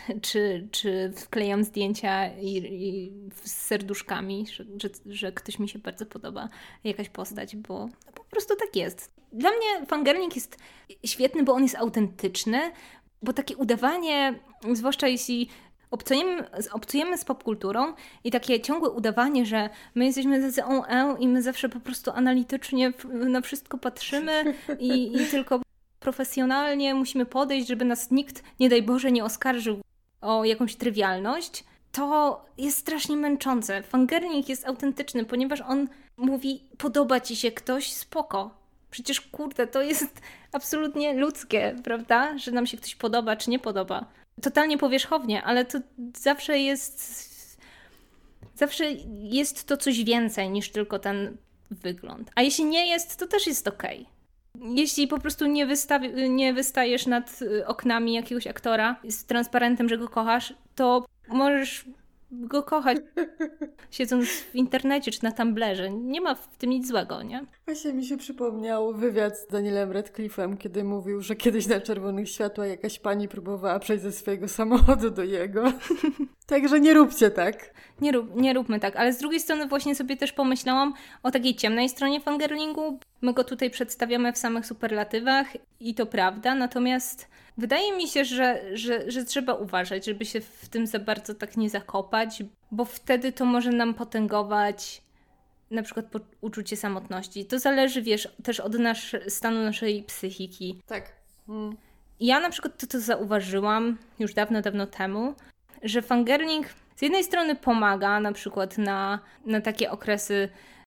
czy wklejam zdjęcia z serduszkami, że ktoś mi się bardzo podoba, jakaś postać, bo po prostu tak jest. Dla mnie fangirling jest świetny, bo on jest autentyczny, bo takie udawanie, zwłaszcza jeśli obcujemy z popkulturą i takie ciągłe udawanie, że my jesteśmy tacy i my zawsze po prostu analitycznie na wszystko patrzymy i tylko profesjonalnie musimy podejść, żeby nas nikt, nie daj Boże, nie oskarżył o jakąś trywialność, to jest strasznie męczące. Fangirling jest autentyczny, ponieważ on mówi, podoba ci się ktoś, spoko. Przecież kurde, to jest absolutnie ludzkie, prawda? Że nam się ktoś podoba czy nie podoba. Totalnie powierzchownie, ale to zawsze jest to coś więcej niż tylko ten wygląd. A jeśli nie jest, to też jest okej. Jeśli po prostu nie wystajesz nad oknami jakiegoś aktora z transparentem, że go kochasz, to możesz go kochać siedząc w internecie czy na Tumblerze. Nie ma w tym nic złego, nie? Właśnie mi się przypomniał wywiad z Danielem Radcliffe'em, kiedy mówił, że kiedyś na czerwonych światłach jakaś pani próbowała przejść ze swojego samochodu do jego. Także nie róbcie tak. Nie róbmy tak, ale z drugiej strony właśnie sobie też pomyślałam o takiej ciemnej stronie fangirlingu. My go tutaj przedstawiamy w samych superlatywach i to prawda, natomiast wydaje mi się, że trzeba uważać, żeby się w tym za bardzo tak nie zakopać, bo wtedy to może nam potęgować na przykład uczucie samotności. To zależy, wiesz, też od stanu naszej psychiki. Tak. Ja na przykład to zauważyłam już dawno, dawno temu, że fangirling z jednej strony pomaga na przykład na takie okresy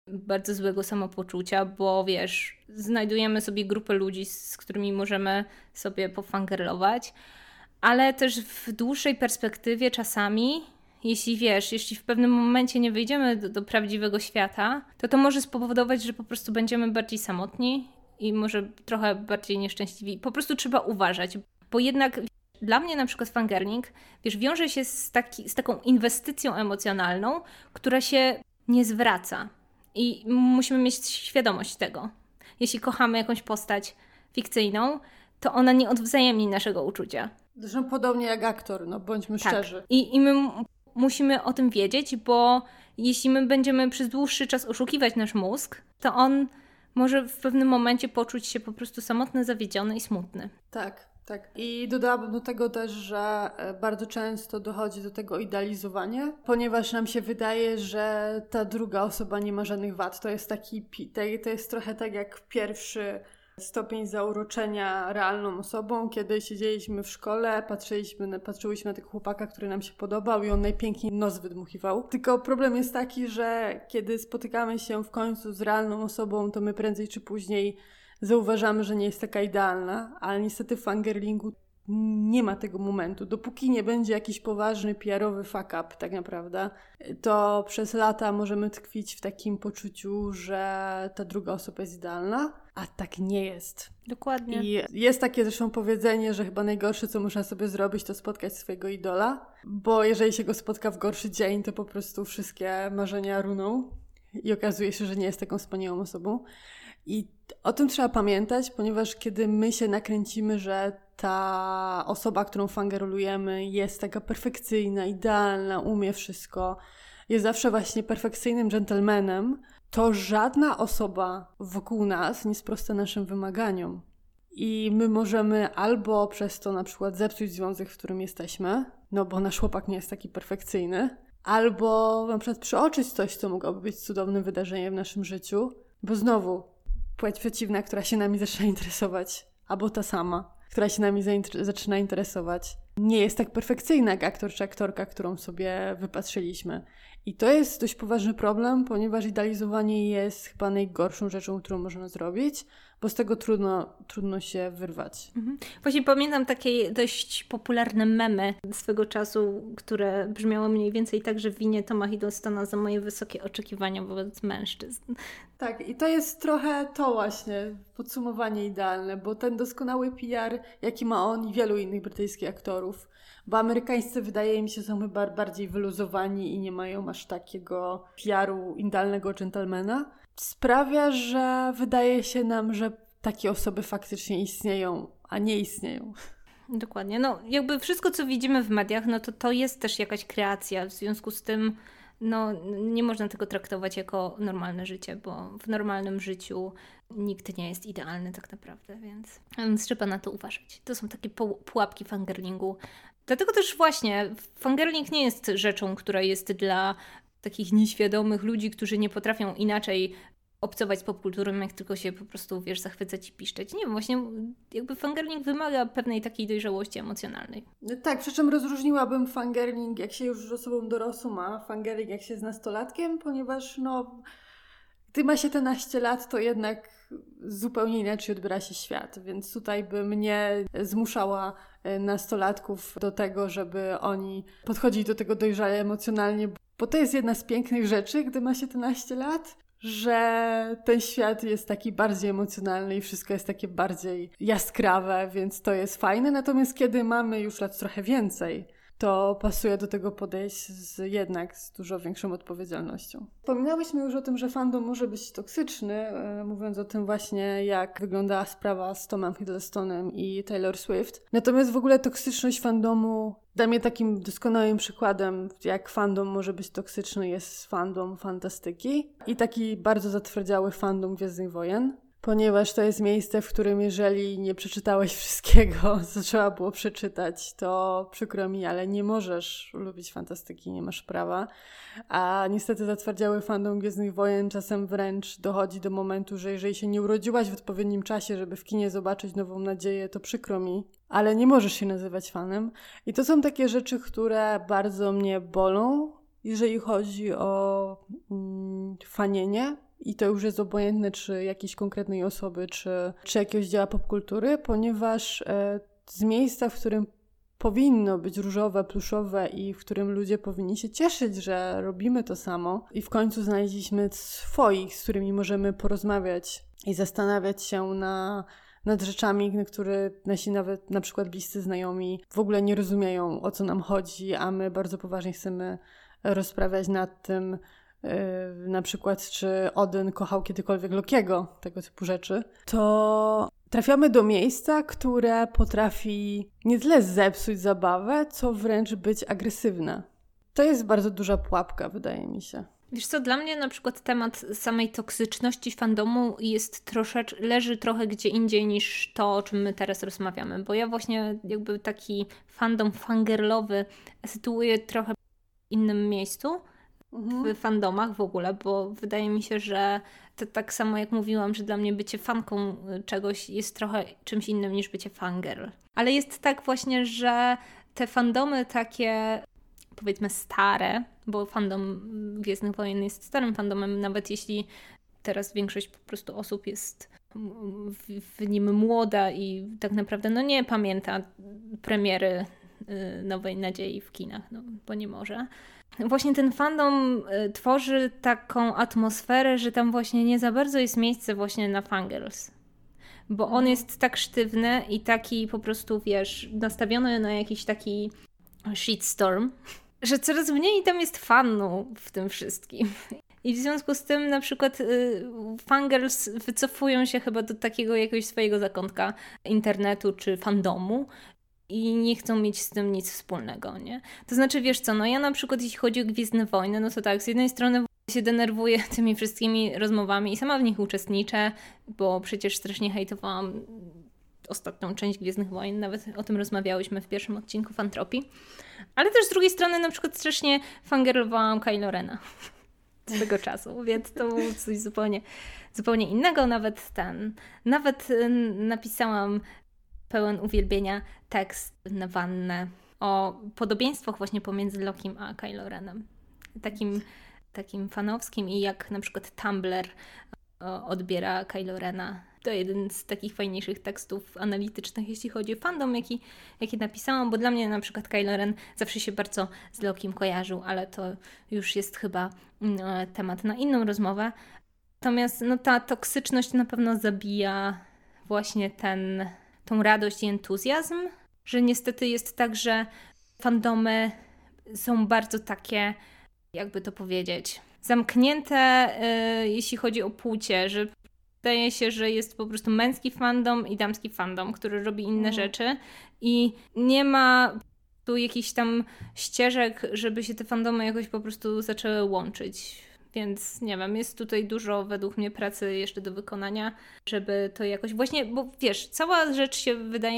bardzo złego samopoczucia, bo wiesz, znajdujemy sobie grupę ludzi, z którymi możemy sobie pofangirlować, ale też w dłuższej perspektywie czasami, jeśli w pewnym momencie nie wyjdziemy do prawdziwego świata, to może spowodować, że po prostu będziemy bardziej samotni i może trochę bardziej nieszczęśliwi. Po prostu trzeba uważać, bo jednak dla mnie na przykład fangirling, wiąże się z taką inwestycją emocjonalną, która się nie zwraca. I musimy mieć świadomość tego. Jeśli kochamy jakąś postać fikcyjną, to ona nie odwzajemni naszego uczucia. Zresztą podobnie jak aktor, bądźmy szczerzy. I my musimy o tym wiedzieć, bo jeśli my będziemy przez dłuższy czas oszukiwać nasz mózg, to on może w pewnym momencie poczuć się po prostu samotny, zawiedziony i smutny. Tak. I dodałabym do tego też, że bardzo często dochodzi do tego idealizowania, ponieważ nam się wydaje, że ta druga osoba nie ma żadnych wad. To jest trochę tak jak pierwszy stopień zauroczenia realną osobą, kiedy siedzieliśmy w szkole, patrzyłyśmy na tego chłopaka, który nam się podobał i on najpiękniej nos wydmuchiwał. Tylko problem jest taki, że kiedy spotykamy się w końcu z realną osobą, to my prędzej czy później zauważamy, że nie jest taka idealna, ale niestety w fangirlingu nie ma tego momentu. Dopóki nie będzie jakiś poważny PR-owy fuck up tak naprawdę, to przez lata możemy tkwić w takim poczuciu, że ta druga osoba jest idealna, a tak nie jest. Dokładnie. I jest takie zresztą powiedzenie, że chyba najgorsze, co można sobie zrobić, to spotkać swojego idola, bo jeżeli się go spotka w gorszy dzień, to po prostu wszystkie marzenia runą i okazuje się, że nie jest taką wspaniałą osobą. I o tym trzeba pamiętać, ponieważ kiedy my się nakręcimy, że ta osoba, którą fangirlujemy, jest taka perfekcyjna, idealna, umie wszystko, jest zawsze właśnie perfekcyjnym dżentelmenem, to żadna osoba wokół nas nie sprosta naszym wymaganiom. I my możemy albo przez to na przykład zepsuć związek, w którym jesteśmy, bo nasz chłopak nie jest taki perfekcyjny, albo na przykład przeoczyć coś, co mogłoby być cudownym wydarzeniem w naszym życiu, bo znowu płeć przeciwna, która się nami zaczyna interesować, albo ta sama, która się nami zaczyna interesować, nie jest tak perfekcyjna jak aktor czy aktorka, którą sobie wypatrzyliśmy. I to jest dość poważny problem, ponieważ idealizowanie jest chyba najgorszą rzeczą, którą można zrobić, bo z tego trudno się wyrwać. Właśnie pamiętam takie dość popularne memy swego czasu, które brzmiały mniej więcej tak, że winię Toma Hiddlestona za moje wysokie oczekiwania wobec mężczyzn. Tak, i to jest trochę to właśnie podsumowanie idealne, bo ten doskonały PR, jaki ma on i wielu innych brytyjskich aktorów, bo amerykańscy wydaje mi się są chyba bardziej wyluzowani i nie mają aż takiego PR-u idealnego dżentelmena, sprawia, że wydaje się nam, że takie osoby faktycznie istnieją, a nie istnieją. Dokładnie. Jakby wszystko, co widzimy w mediach, to jest też jakaś kreacja. W związku z tym nie można tego traktować jako normalne życie, bo w normalnym życiu nikt nie jest idealny tak naprawdę, więc trzeba na to uważać. To są takie pułapki fangirlingu. Dlatego też właśnie fangirling nie jest rzeczą, która jest dla takich nieświadomych ludzi, którzy nie potrafią inaczej obcować z popkulturą, jak tylko się po prostu, zachwycać i piszczeć. Nie wiem, właśnie jakby fangirling wymaga pewnej takiej dojrzałości emocjonalnej. Tak, przy czym rozróżniłabym fangirling, jak się już osobą dorosłą, a fangirling, jak się jest nastolatkiem, ponieważ gdy ma się te naście lat, to jednak zupełnie inaczej odbiera się świat, więc tutaj bym nie zmuszała nastolatków do tego, żeby oni podchodzili do tego dojrzale emocjonalnie, bo to jest jedna z pięknych rzeczy, gdy ma się te naście lat, że ten świat jest taki bardziej emocjonalny i wszystko jest takie bardziej jaskrawe, więc to jest fajne. Natomiast kiedy mamy już lat trochę więcej, to pasuje do tego podejść jednak z dużo większą odpowiedzialnością. Wspominałyśmy już o tym, że fandom może być toksyczny, mówiąc o tym właśnie, jak wyglądała sprawa z Tomem Hiddlestonem i Taylor Swift. Natomiast w ogóle toksyczność fandomu, dla mnie takim doskonałym przykładem, jak fandom może być toksyczny, jest fandom fantastyki i taki bardzo zatwardziały fandom Gwiezdnych Wojen. Ponieważ to jest miejsce, w którym jeżeli nie przeczytałeś wszystkiego, co trzeba było przeczytać, to przykro mi, ale nie możesz lubić fantastyki, nie masz prawa. A niestety zatwardziały fandom Gwiezdnych Wojen czasem wręcz dochodzi do momentu, że jeżeli się nie urodziłaś w odpowiednim czasie, żeby w kinie zobaczyć Nową Nadzieję, to przykro mi, ale nie możesz się nazywać fanem. I to są takie rzeczy, które bardzo mnie bolą, jeżeli chodzi o fanienie. i to już jest obojętne, czy jakiejś konkretnej osoby, czy jakiegoś dzieła popkultury, ponieważ z miejsca, w którym powinno być różowe, pluszowe i w którym ludzie powinni się cieszyć, że robimy to samo i w końcu znaleźliśmy swoich, z którymi możemy porozmawiać i zastanawiać się nad rzeczami, które nasi nawet na przykład bliscy znajomi w ogóle nie rozumieją, o co nam chodzi, a my bardzo poważnie chcemy rozprawiać nad tym, na przykład czy Odyn kochał kiedykolwiek Lokiego, tego typu rzeczy, to trafiamy do miejsca, które potrafi nie tyle zepsuć zabawę, co wręcz być agresywne. To jest bardzo duża pułapka, wydaje mi się. Wiesz co, dla mnie na przykład temat samej toksyczności fandomu leży trochę gdzie indziej niż to, o czym my teraz rozmawiamy, bo ja właśnie jakby taki fandom fangirlowy sytuuję trochę w innym miejscu, w fandomach w ogóle, bo wydaje mi się, że to tak samo jak mówiłam, że dla mnie bycie fanką czegoś jest trochę czymś innym niż bycie fangirl. Ale jest tak właśnie, że te fandomy takie, powiedzmy stare, bo fandom Gwiezdnych Wojen jest starym fandomem, nawet jeśli teraz większość po prostu osób jest w nim młoda i tak naprawdę nie pamięta premiery Nowej Nadziei w kinach, bo nie może. Właśnie ten fandom tworzy taką atmosferę, że tam właśnie nie za bardzo jest miejsce właśnie na fangirls. Bo on jest tak sztywny i taki po prostu, wiesz, nastawiony na jakiś taki shitstorm, że coraz mniej tam jest fanu w tym wszystkim. I w związku z tym na przykład fangirls wycofują się chyba do takiego jakiegoś swojego zakątka internetu czy fandomu i nie chcą mieć z tym nic wspólnego, nie? To znaczy, wiesz co, ja na przykład jeśli chodzi o Gwiezdne Wojny, to tak, z jednej strony się denerwuję tymi wszystkimi rozmowami i sama w nich uczestniczę, bo przecież strasznie hejtowałam ostatnią część Gwiezdnych Wojen, nawet o tym rozmawiałyśmy w pierwszym odcinku Fantropii. Ale też z drugiej strony na przykład strasznie fangirlowałam Kylo Rena z tego czasu, więc to było coś zupełnie innego. Nawet napisałam pełen uwielbienia tekst na wannę o podobieństwach właśnie pomiędzy Lokim a Kylo Renem. Takim fanowskim i jak na przykład Tumblr odbiera Kylo Rena. To jeden z takich fajniejszych tekstów analitycznych, jeśli chodzi o fandom, jaki napisałam, bo dla mnie na przykład Kylo Ren zawsze się bardzo z Lokim kojarzył, ale to już jest chyba temat na inną rozmowę. Natomiast ta toksyczność na pewno zabija właśnie tą radość i entuzjazm, że niestety jest tak, że fandomy są bardzo takie, jakby to powiedzieć, zamknięte, jeśli chodzi o płcie, że wydaje się, że jest po prostu męski fandom i damski fandom, który robi inne rzeczy i nie ma tu jakichś tam ścieżek, żeby się te fandomy jakoś po prostu zaczęły łączyć. Więc nie wiem, jest tutaj dużo według mnie pracy jeszcze do wykonania, żeby to jakoś właśnie, bo wiesz, cała rzecz się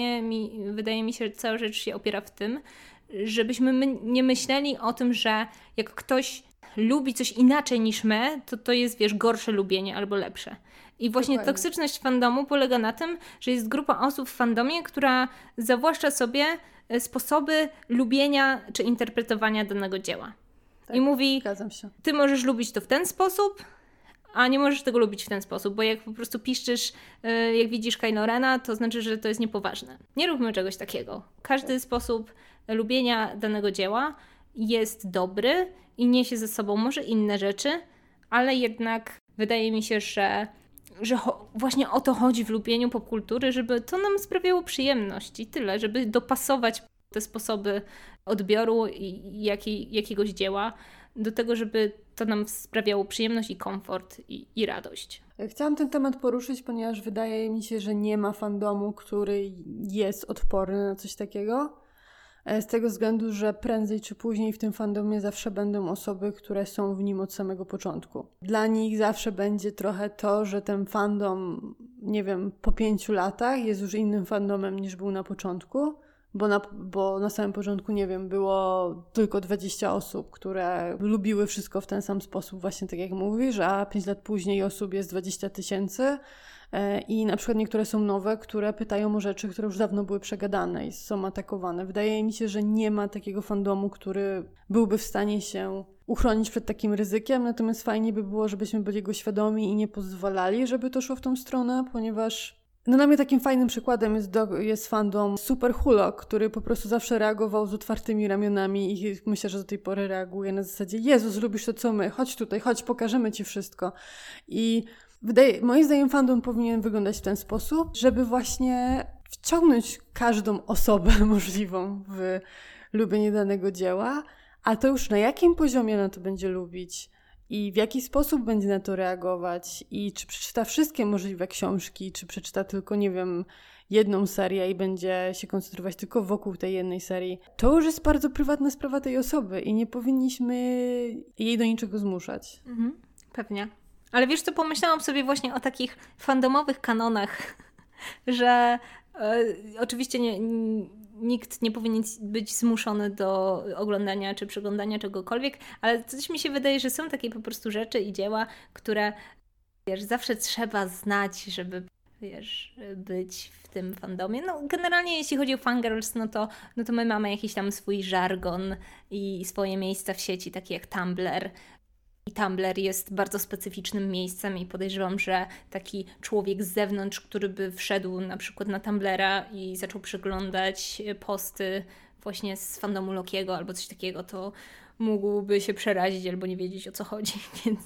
wydaje mi się, że cała rzecz się opiera w tym, żebyśmy nie myśleli o tym, że jak ktoś lubi coś inaczej niż my, to jest, wiesz, gorsze lubienie albo lepsze. I właśnie Dokładnie. Toksyczność fandomu polega na tym, że jest grupa osób w fandomie, która zawłaszcza sobie sposoby lubienia czy interpretowania danego dzieła. Tak, i mówi, zgadzam się. Ty możesz lubić to w ten sposób, a nie możesz tego lubić w ten sposób, bo jak po prostu piszczysz, jak widzisz Kylo Rena, to znaczy, że to jest niepoważne. Nie róbmy czegoś takiego. Każdy sposób lubienia danego dzieła jest dobry i niesie ze sobą może inne rzeczy, ale jednak wydaje mi się, że właśnie o to chodzi w lubieniu popkultury, żeby to nam sprawiało przyjemność i tyle, żeby dopasować te sposoby odbioru jakiegoś dzieła do tego, żeby to nam sprawiało przyjemność i komfort i radość. Chciałam ten temat poruszyć, ponieważ wydaje mi się, że nie ma fandomu, który jest odporny na coś takiego. Z tego względu, że prędzej czy później w tym fandomie zawsze będą osoby, które są w nim od samego początku. Dla nich zawsze będzie trochę to, że ten fandom, nie wiem, po 5 latach jest już innym fandomem niż był na początku, bo na samym początku, nie wiem, było tylko 20 osób, które lubiły wszystko w ten sam sposób, właśnie tak jak mówisz, a 5 lat później osób jest 20 000. I na przykład niektóre są nowe, które pytają o rzeczy, które już dawno były przegadane i są atakowane. Wydaje mi się, że nie ma takiego fandomu, który byłby w stanie się uchronić przed takim ryzykiem, natomiast fajnie by było, żebyśmy byli jego świadomi i nie pozwalali, żeby to szło w tą stronę, ponieważ dla mnie takim fajnym przykładem jest fandom Super Hulk, który po prostu zawsze reagował z otwartymi ramionami i myślę, że do tej pory reaguje na zasadzie Jezus, lubisz to co my, chodź tutaj, chodź, pokażemy ci wszystko. I moim zdaniem fandom powinien wyglądać w ten sposób, żeby właśnie wciągnąć każdą osobę możliwą w lubienie danego dzieła, a to już na jakim poziomie na to będzie lubić i w jaki sposób będzie na to reagować i czy przeczyta wszystkie możliwe książki, czy przeczyta tylko, nie wiem, jedną serię i będzie się koncentrować tylko wokół tej jednej serii. To już jest bardzo prywatna sprawa tej osoby i nie powinniśmy jej do niczego zmuszać. Pewnie. Ale wiesz co, pomyślałam sobie właśnie o takich fandomowych kanonach, że oczywiście nikt nie powinien być zmuszony do oglądania czy przeglądania czegokolwiek, ale coś mi się wydaje, że są takie po prostu rzeczy i dzieła, które zawsze trzeba znać, żeby być w tym fandomie. No generalnie jeśli chodzi o fangirls, no to my mamy jakiś tam swój żargon i swoje miejsca w sieci, takie jak Tumblr. I Tumblr jest bardzo specyficznym miejscem i podejrzewam, że taki człowiek z zewnątrz, który by wszedł na przykład na Tumblra i zaczął przeglądać posty właśnie z fandomu Lokiego albo coś takiego, to mógłby się przerazić albo nie wiedzieć, o co chodzi,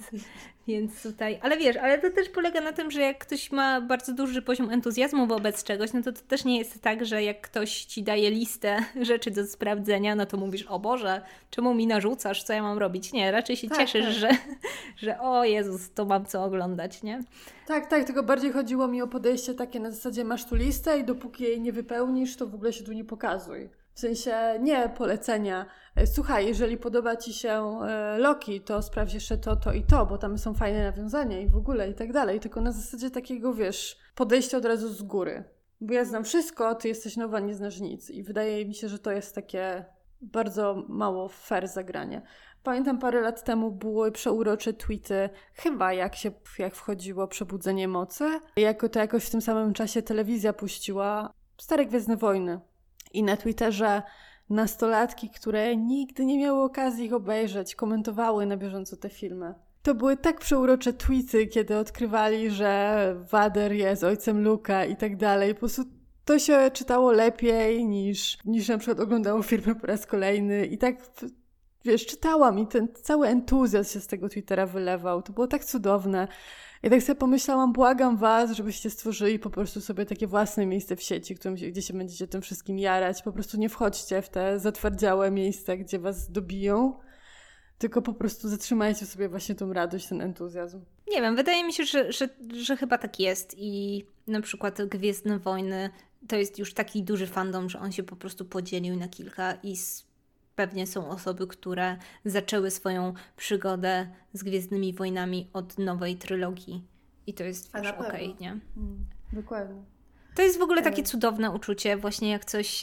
więc tutaj... Ale to też polega na tym, że jak ktoś ma bardzo duży poziom entuzjazmu wobec czegoś, no to też nie jest tak, że jak ktoś ci daje listę rzeczy do sprawdzenia, no to mówisz, o Boże, czemu mi narzucasz, co ja mam robić? Nie, raczej się cieszysz, tak. że o Jezus, to mam co oglądać, nie? Tak, tylko bardziej chodziło mi o podejście takie na zasadzie masz tu listę i dopóki jej nie wypełnisz, to w ogóle się tu nie pokazuj. W sensie nie polecenia. Słuchaj, jeżeli podoba ci się Loki, to sprawdź jeszcze to i to, bo tam są fajne nawiązania i w ogóle i tak dalej. Tylko na zasadzie takiego, podejścia od razu z góry. Bo ja znam wszystko, ty jesteś nowa, nie znasz nic. I wydaje mi się, że to jest takie bardzo mało fair zagranie. Pamiętam parę lat temu były przeurocze tweety, chyba jak wchodziło Przebudzenie Mocy. To jakoś w tym samym czasie telewizja puściła Stare Gwiezdne Wojny. I na Twitterze nastolatki, które nigdy nie miały okazji ich obejrzeć, komentowały na bieżąco te filmy. To były tak przeurocze tweety, kiedy odkrywali, że Vader jest ojcem Luka i tak dalej. Po prostu to się czytało lepiej niż na przykład oglądało filmy po raz kolejny. I tak, czytałam i ten cały entuzjazm się z tego Twittera wylewał. To było tak cudowne. I tak sobie pomyślałam, błagam was, żebyście stworzyli po prostu sobie takie własne miejsce w sieci, gdzie się będziecie tym wszystkim jarać. Po prostu nie wchodźcie w te zatwardziałe miejsca, gdzie was dobiją, tylko po prostu zatrzymajcie sobie właśnie tą radość, ten entuzjazm. Nie wiem, wydaje mi się, że chyba tak jest i na przykład Gwiezdne Wojny to jest już taki duży fandom, że on się po prostu podzielił na kilka i pewnie są osoby, które zaczęły swoją przygodę z Gwiezdnymi Wojnami od nowej trylogii. I to jest okej, nie? Dokładnie. To jest w ogóle takie cudowne uczucie, właśnie jak coś...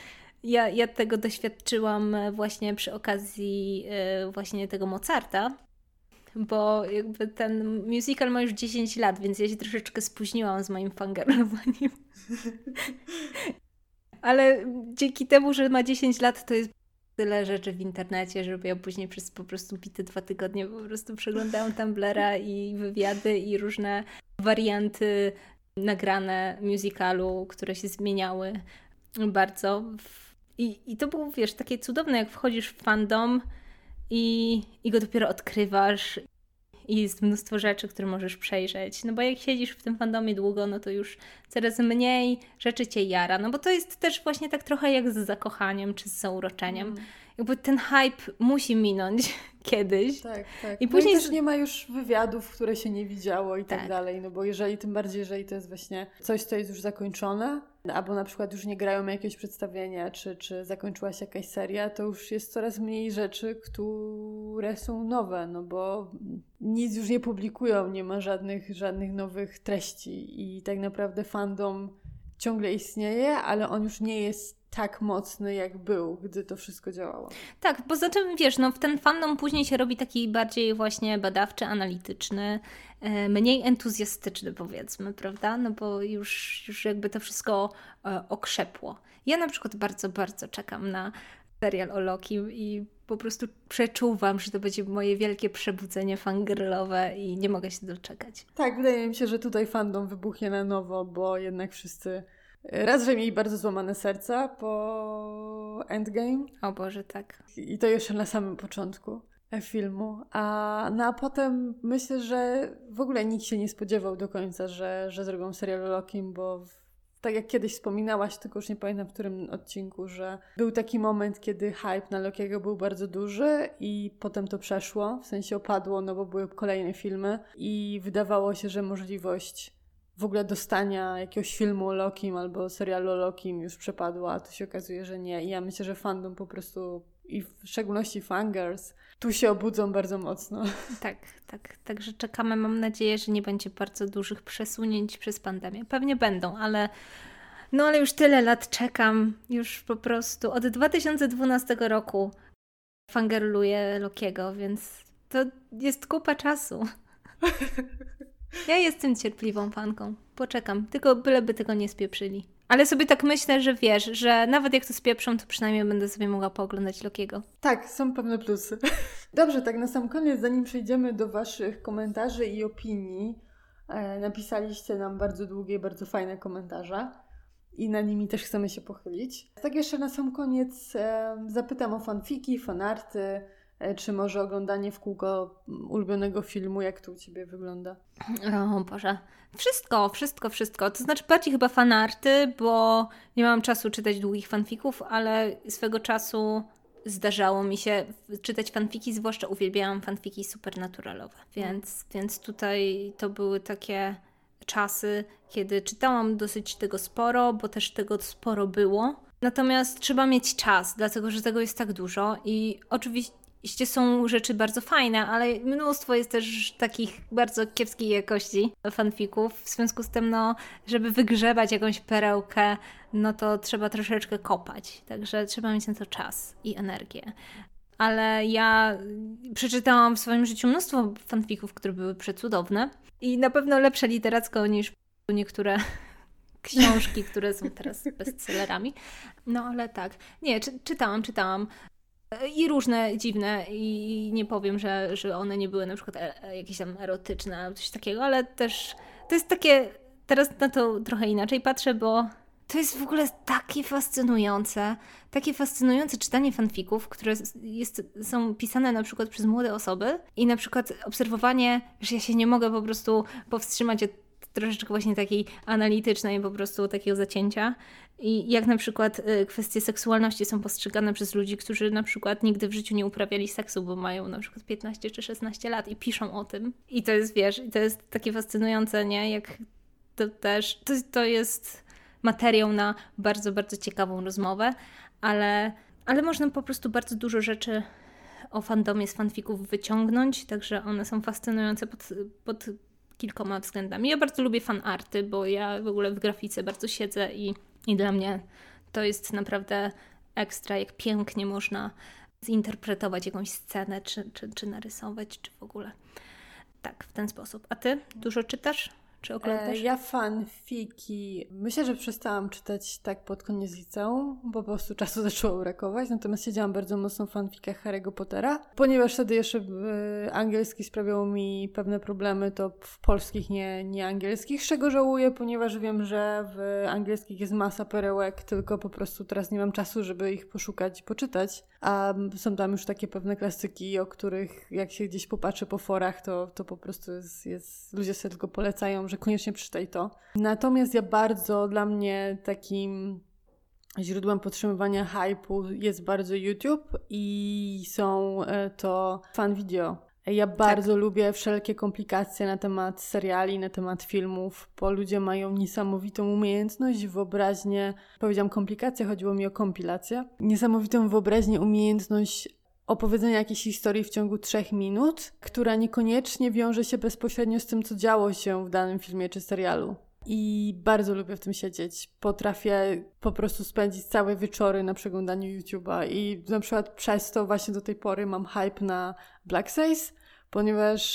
Ja tego doświadczyłam właśnie przy okazji właśnie tego Mozarta, bo jakby ten musical ma już 10 lat, więc ja się troszeczkę spóźniłam z moim fangirlowaniem. Ale dzięki temu, że ma 10 lat, to jest tyle rzeczy w internecie, żeby ja później przez po prostu bite 2 tygodnie po prostu przeglądałam Tumblra i wywiady i różne warianty nagrane musicalu, które się zmieniały bardzo. I to było, takie cudowne, jak wchodzisz w fandom i go dopiero odkrywasz i jest mnóstwo rzeczy, które możesz przejrzeć. No bo jak siedzisz w tym fandomie długo, no to już coraz mniej rzeczy cię jara. No bo to jest też właśnie tak trochę jak z zakochaniem czy z zauroczeniem. Jakby ten hype musi minąć kiedyś. Tak. I później też nie ma już wywiadów, które się nie widziało i tak dalej. No bo tym bardziej, jeżeli to jest właśnie coś, co jest już zakończone, albo na przykład już nie grają jakieś przedstawienia, czy zakończyła się jakaś seria, to już jest coraz mniej rzeczy, które są nowe, no bo nic już nie publikują, nie ma żadnych nowych treści i tak naprawdę fandom ciągle istnieje, ale on już nie jest tak mocny, jak był, gdy to wszystko działało. Tak, poza tym w ten fandom później się robi taki bardziej właśnie badawczy, analityczny, mniej entuzjastyczny, powiedzmy, prawda? No bo już jakby to wszystko okrzepło. Ja na przykład bardzo, bardzo czekam na serial o Lokim i po prostu przeczuwam, że to będzie moje wielkie przebudzenie fangirlowe i nie mogę się doczekać. Tak, wydaje mi się, że tutaj fandom wybuchnie na nowo, bo jednak wszyscy raz, że mieli bardzo złamane serca po Endgame. O Boże, tak. I to jeszcze na samym początku filmu. A potem myślę, że w ogóle nikt się nie spodziewał do końca, że zrobią serial o Lokim, bo tak jak kiedyś wspominałaś, tylko już nie pamiętam w którym odcinku, że był taki moment, kiedy hype na Lokiego był bardzo duży i potem to przeszło, w sensie opadło, no bo były kolejne filmy i wydawało się, że możliwość w ogóle dostania jakiegoś filmu o Lokim albo serialu o Lokim już przepadła, a tu się okazuje, że nie. I ja myślę, że fandom po prostu i w szczególności fangirls tu się obudzą bardzo mocno. Tak. Także czekamy. Mam nadzieję, że nie będzie bardzo dużych przesunięć przez pandemię. Pewnie będą, ale już tyle lat czekam. Już po prostu od 2012 roku fangirluję Lokiego, więc to jest kupa czasu. Ja jestem cierpliwą fanką. Poczekam. Tylko byleby tego nie spieprzyli. Ale sobie tak myślę, że wiesz, że nawet jak to spieprzą, to przynajmniej będę sobie mogła pooglądać Lokiego. Tak, są pewne plusy. Dobrze, tak na sam koniec, zanim przejdziemy do waszych komentarzy i opinii, napisaliście nam bardzo długie, bardzo fajne komentarze i nad nimi też chcemy się pochylić. Tak jeszcze na sam koniec zapytam o fanfiki, fanarty, czy może oglądanie w kółko ulubionego filmu, jak to u Ciebie wygląda? O Boże, wszystko. To znaczy bardziej chyba fanarty, bo nie mam czasu czytać długich fanfików, ale swego czasu zdarzało mi się czytać fanfiki, zwłaszcza uwielbiałam fanfiki supernaturalowe, więc tutaj to były takie czasy, kiedy czytałam dosyć tego sporo, bo też tego sporo było. Natomiast trzeba mieć czas, dlatego że tego jest tak dużo i oczywiście są rzeczy bardzo fajne, ale mnóstwo jest też takich bardzo kiepskiej jakości fanfików. W związku z tym, żeby wygrzebać jakąś perełkę, to trzeba troszeczkę kopać. Także trzeba mieć na to czas i energię. Ale ja przeczytałam w swoim życiu mnóstwo fanfików, które były przecudowne i na pewno lepsze literacko niż niektóre książki, które są teraz bestsellerami. Ale tak. Nie, czytałam. I różne dziwne i nie powiem, że one nie były na przykład jakieś tam erotyczne albo coś takiego, ale też to jest takie, teraz na to trochę inaczej patrzę, bo to jest w ogóle takie fascynujące czytanie fanfików, które są pisane na przykład przez młode osoby i na przykład obserwowanie, że ja się nie mogę po prostu powstrzymać od troszeczkę właśnie takiej analitycznej po prostu takiego zacięcia i jak na przykład kwestie seksualności są postrzegane przez ludzi, którzy na przykład nigdy w życiu nie uprawiali seksu, bo mają na przykład 15 czy 16 lat i piszą o tym. I to jest, to jest takie fascynujące, nie? Jak to też, to jest materiał na bardzo, bardzo ciekawą rozmowę, ale można po prostu bardzo dużo rzeczy o fandomie z fanfików wyciągnąć, także one są fascynujące pod kilkoma względami. Ja bardzo lubię fanarty, bo ja w ogóle w grafice bardzo siedzę i dla mnie to jest naprawdę ekstra, jak pięknie można zinterpretować jakąś scenę, czy narysować, czy w ogóle. Tak, w ten sposób. A ty dużo czytasz? Czy oglądasz? Ja fanfiki. Myślę, że przestałam czytać tak pod koniec liceum, bo po prostu czasu zaczęło brakować. Natomiast siedziałam bardzo mocno w fanfikach Harry'ego Pottera. Ponieważ wtedy jeszcze angielski sprawiał mi pewne problemy, to w polskich nie angielskich. Z czego żałuję, ponieważ wiem, że w angielskich jest masa perełek, tylko po prostu teraz nie mam czasu, żeby ich poszukać i poczytać. A są tam już takie pewne klasyki, o których jak się gdzieś popatrzy po forach, to po prostu jest ludzie sobie tylko polecają, że koniecznie przeczytaj to. Natomiast dla mnie takim źródłem podtrzymywania hype'u jest bardzo YouTube i są to fan video. Ja bardzo lubię wszelkie komplikacje na temat seriali, na temat filmów, bo ludzie mają niesamowitą umiejętność, wyobraźnię, powiedziałam komplikacje, chodziło mi o kompilację, niesamowitą wyobraźnię, umiejętność opowiedzenia jakiejś historii w ciągu 3 minut, która niekoniecznie wiąże się bezpośrednio z tym, co działo się w danym filmie czy serialu. I bardzo lubię w tym siedzieć. Potrafię po prostu spędzić całe wieczory na przeglądaniu YouTube'a i na przykład przez to właśnie do tej pory mam hype na Black Sails, ponieważ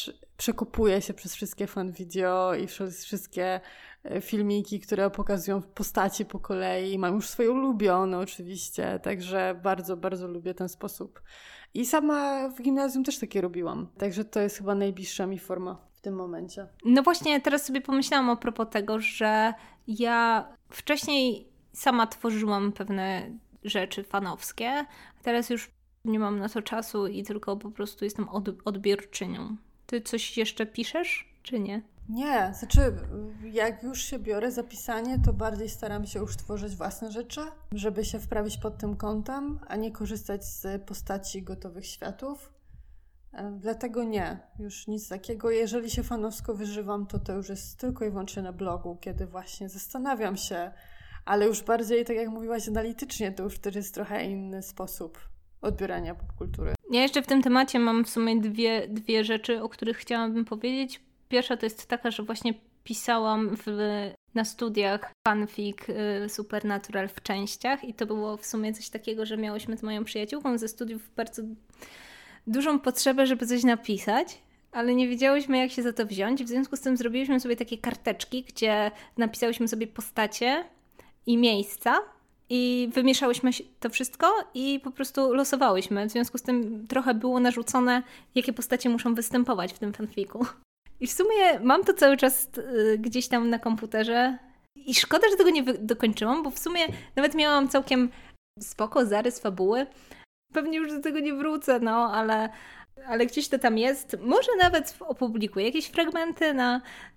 przekopuję się przez wszystkie fan video i wszystkie filmiki, które pokazują postaci po kolei. Mam już swoje ulubione oczywiście, także bardzo, bardzo lubię ten sposób. I sama w gimnazjum też takie robiłam, także to jest chyba najbliższa mi forma w tym momencie. No właśnie, teraz sobie pomyślałam a propos tego, że ja wcześniej sama tworzyłam pewne rzeczy fanowskie, a teraz już nie mam na to czasu i tylko po prostu jestem odbiorczynią. Ty coś jeszcze piszesz, czy nie? Nie, znaczy jak już się biorę za pisanie, to bardziej staram się już tworzyć własne rzeczy, żeby się wprawić pod tym kątem, a nie korzystać z postaci gotowych światów. Dlatego nie, już nic takiego. Jeżeli się fanowsko wyżywam, to już jest tylko i wyłącznie na blogu, kiedy właśnie zastanawiam się, ale już bardziej, tak jak mówiłaś, analitycznie, to już też jest trochę inny sposób odbierania popkultury. Ja jeszcze w tym temacie mam w sumie dwie rzeczy, o których chciałabym powiedzieć. Pierwsza to jest taka, że właśnie pisałam na studiach fanfic Supernatural w częściach i to było w sumie coś takiego, że miałyśmy z moją przyjaciółką ze studiów bardzo dużą potrzebę, żeby coś napisać, ale nie wiedziałyśmy, jak się za to wziąć. W związku z tym zrobiliśmy sobie takie karteczki, gdzie napisałyśmy sobie postacie i miejsca i wymieszałyśmy to wszystko i po prostu losowałyśmy. W związku z tym trochę było narzucone, jakie postacie muszą występować w tym fanficu. I w sumie mam to cały czas gdzieś tam na komputerze i szkoda, że tego nie dokończyłam, bo w sumie nawet miałam całkiem spoko zarys fabuły. Pewnie już do tego nie wrócę, no, ale gdzieś to tam jest. Może nawet opublikuję jakieś fragmenty na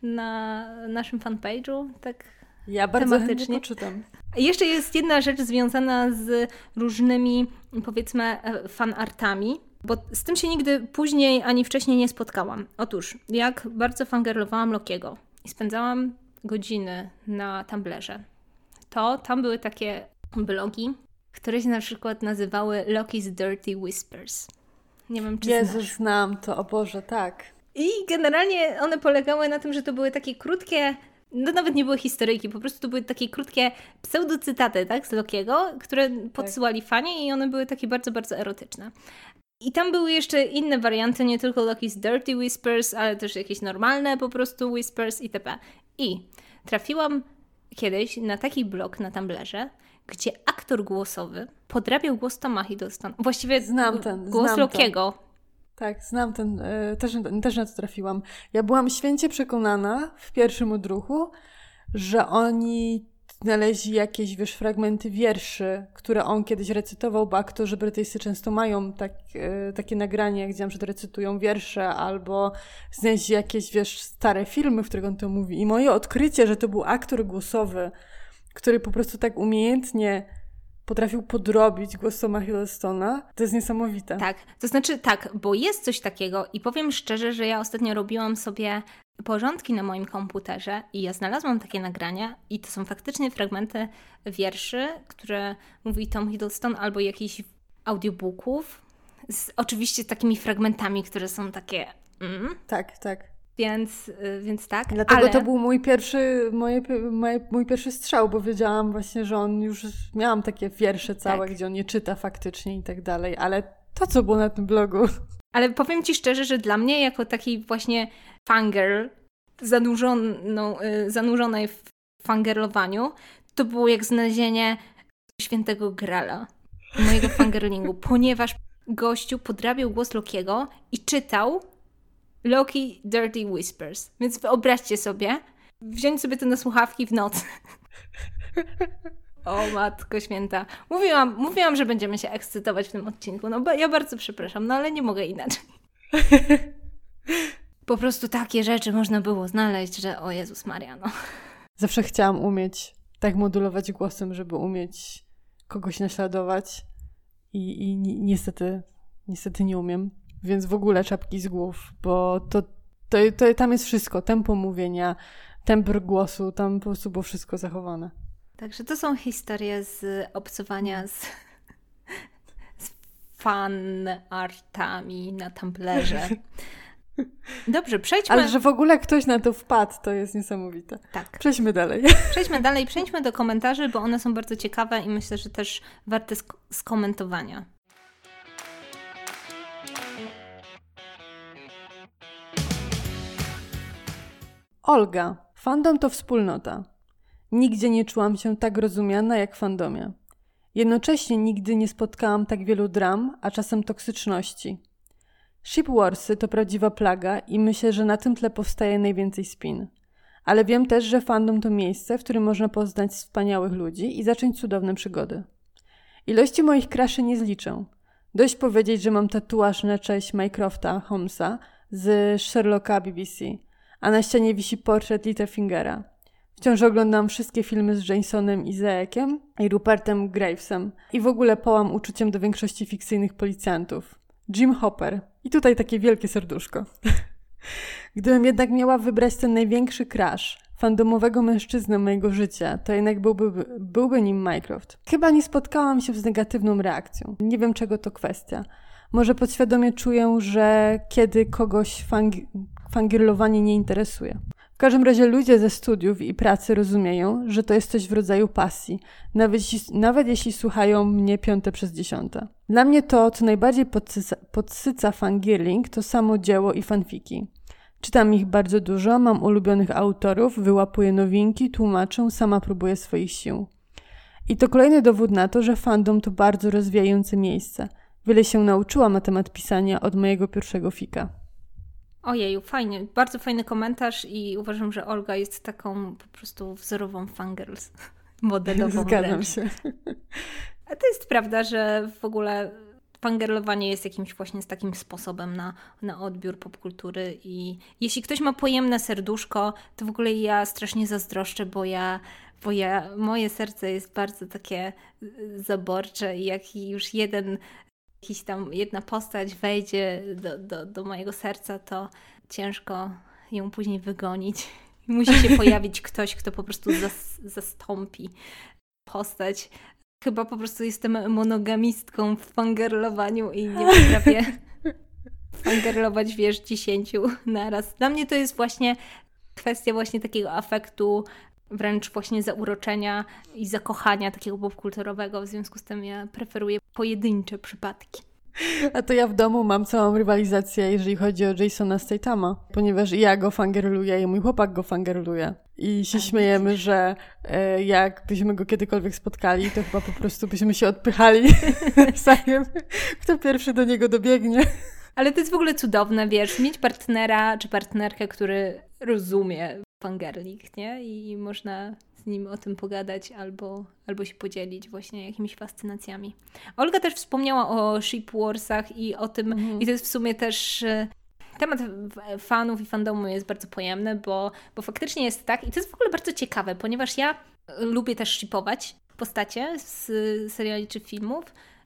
naszym fanpage'u, tak ja bardzo tematycznie. chętnie poczytam. Jeszcze jest jedna rzecz związana z różnymi, powiedzmy, fanartami, bo z tym się nigdy później ani wcześniej nie spotkałam. Otóż, jak bardzo fangirlowałam Lokiego i spędzałam godziny na Tumblrze, to tam były takie blogi, które się na przykład nazywały Loki's Dirty Whispers. Nie wiem, czy Jezu, znasz. znam to, o Boże, tak. I generalnie one polegały na tym, że to były takie krótkie, no nawet nie były historyjki, po prostu to były takie krótkie pseudocytaty, tak, z Lokiego, które podsyłali fani i one były takie bardzo, bardzo erotyczne. I tam były jeszcze inne warianty, nie tylko Loki's Dirty Whispers, ale też jakieś normalne po prostu Whispers itp. I trafiłam kiedyś na taki blog na Tumblrze, gdzie aktor głosowy podrabiał głos Toma Hiddlestona. Właściwie głos Lokiego. Tak, znam ten, też na to trafiłam. Ja byłam święcie przekonana w pierwszym odruchu, że oni znaleźli jakieś, fragmenty wierszy, które on kiedyś recytował, bo aktorzy brytyjscy często mają takie nagrania, jak widziałam, że to recytują wiersze, albo znaleźli jakieś, stare filmy, w których on to mówi. I moje odkrycie, że to był aktor głosowy, który po prostu tak umiejętnie potrafił podrobić głos Toma Hiddlestona, to jest niesamowite. Tak, to znaczy tak, bo jest coś takiego i powiem szczerze, że ja ostatnio robiłam sobie porządki na moim komputerze i ja znalazłam takie nagrania i to są faktycznie fragmenty wierszy, które mówi Tom Hiddleston albo jakichś audiobooków z oczywiście takimi fragmentami, które są takie Tak, tak. Więc tak. Dlatego to był mój pierwszy strzał, bo wiedziałam właśnie, że on już... Miałam takie wiersze całe, gdzie on je czyta faktycznie i tak dalej, ale to, co było na tym blogu... Ale powiem Ci szczerze, że dla mnie jako taki właśnie fangirl zanurzonej w fangirlowaniu, to było jak znalezienie świętego Grala mojego fangirlingu, ponieważ gościu podrabiał głos Lokiego i czytał Loki Dirty Whispers. Więc wyobraźcie sobie, wziąć sobie to na słuchawki w nocy. O matko święta. Mówiłam, że będziemy się ekscytować w tym odcinku. No bo ja bardzo przepraszam, no ale nie mogę inaczej. Po prostu takie rzeczy można było znaleźć, że o Jezus Maria, no. Zawsze chciałam umieć tak modulować głosem, żeby umieć kogoś naśladować i niestety nie umiem. Więc w ogóle czapki z głów, bo to tam jest wszystko. Tempo mówienia, tembr głosu, tam po prostu było wszystko zachowane. Także to są historie z obcowania z fan artami na Tumblrze. Dobrze, przejdźmy... Ale że w ogóle ktoś na to wpadł, to jest niesamowite. Tak. Przejdźmy dalej. Przejdźmy do komentarzy, bo one są bardzo ciekawe i myślę, że też warte skomentowania. Olga. Fandom to wspólnota. Nigdzie nie czułam się tak rozumiana jak w fandomie. Jednocześnie nigdy nie spotkałam tak wielu dram, a czasem toksyczności. Ship warsy to prawdziwa plaga i myślę, że na tym tle powstaje najwięcej spin. Ale wiem też, że fandom to miejsce, w którym można poznać wspaniałych ludzi i zacząć cudowne przygody. Ilości moich cruszy nie zliczę. Dość powiedzieć, że mam tatuaż na cześć Mycrofta Holmesa z Sherlocka BBC, a na ścianie wisi portret Littlefingera. Wciąż oglądam wszystkie filmy z Jasonem Isaacsem i Rupertem Gravesem i w ogóle pałam uczuciem do większości fikcyjnych policjantów. Jim Hopper. I tutaj takie wielkie serduszko. Gdybym jednak miała wybrać ten największy crush fandomowego mężczyznę mojego życia, to jednak byłby nim Mycroft. Chyba nie spotkałam się z negatywną reakcją. Nie wiem, czego to kwestia. Może podświadomie czuję, że kiedy kogoś fangirlowanie nie interesuje. W każdym razie ludzie ze studiów i pracy rozumieją, że to jest coś w rodzaju pasji, nawet jeśli słuchają mnie 5/10. Dla mnie to, co najbardziej podsyca fangirling, to samo dzieło i fanfiki. Czytam ich bardzo dużo, mam ulubionych autorów, wyłapuję nowinki, tłumaczę, sama próbuję swoich sił. I to kolejny dowód na to, że fandom to bardzo rozwijające miejsce. Wiele się nauczyłam na temat pisania od mojego pierwszego fika. Ojeju, fajnie. Bardzo fajny komentarz i uważam, że Olga jest taką po prostu wzorową fangirls. Modelową Zgadzam się. A to jest prawda, że w ogóle fangirlowanie jest jakimś właśnie z takim sposobem na odbiór popkultury i jeśli ktoś ma pojemne serduszko, to w ogóle ja strasznie zazdroszczę, bo moje serce jest bardzo takie zaborcze i jak już jedna postać wejdzie do mojego serca, to ciężko ją później wygonić. Musi się pojawić ktoś, kto po prostu zastąpi postać. Chyba po prostu jestem monogamistką w fangirlowaniu i nie potrafię fangirlować, 10 naraz. Dla mnie to jest właśnie kwestia właśnie takiego afektu, wręcz właśnie zauroczenia i zakochania takiego popkulturowego. W związku z tym ja preferuję pojedyncze przypadki. A to ja w domu mam całą rywalizację, jeżeli chodzi o Jasona Stathama, ponieważ i ja go fangirluję i mój chłopak go fangirluje. I się śmiejemy, że jakbyśmy go kiedykolwiek spotkali, to chyba po prostu byśmy się odpychali nawzajem, kto pierwszy do niego dobiegnie. Ale to jest w ogóle cudowne, wiesz, mieć partnera czy partnerkę, który rozumie fangirling, nie? I można z nim o tym pogadać albo się podzielić właśnie jakimiś fascynacjami. Olga też wspomniała o ship warsach i o tym, i to jest w sumie też temat fanów i fandomu jest bardzo pojemny, bo faktycznie jest tak i to jest w ogóle bardzo ciekawe, ponieważ ja lubię też shipować postacie z seriali czy filmów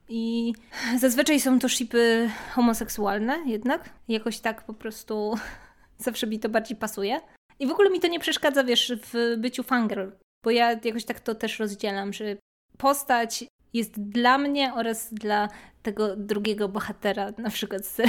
i zazwyczaj są to shipy homoseksualne jednak. Jakoś tak po prostu zawsze mi to bardziej pasuje. I w ogóle mi to nie przeszkadza, wiesz, w byciu fangirl, bo ja jakoś tak to też rozdzielam, że postać jest dla mnie oraz dla tego drugiego bohatera, na przykład z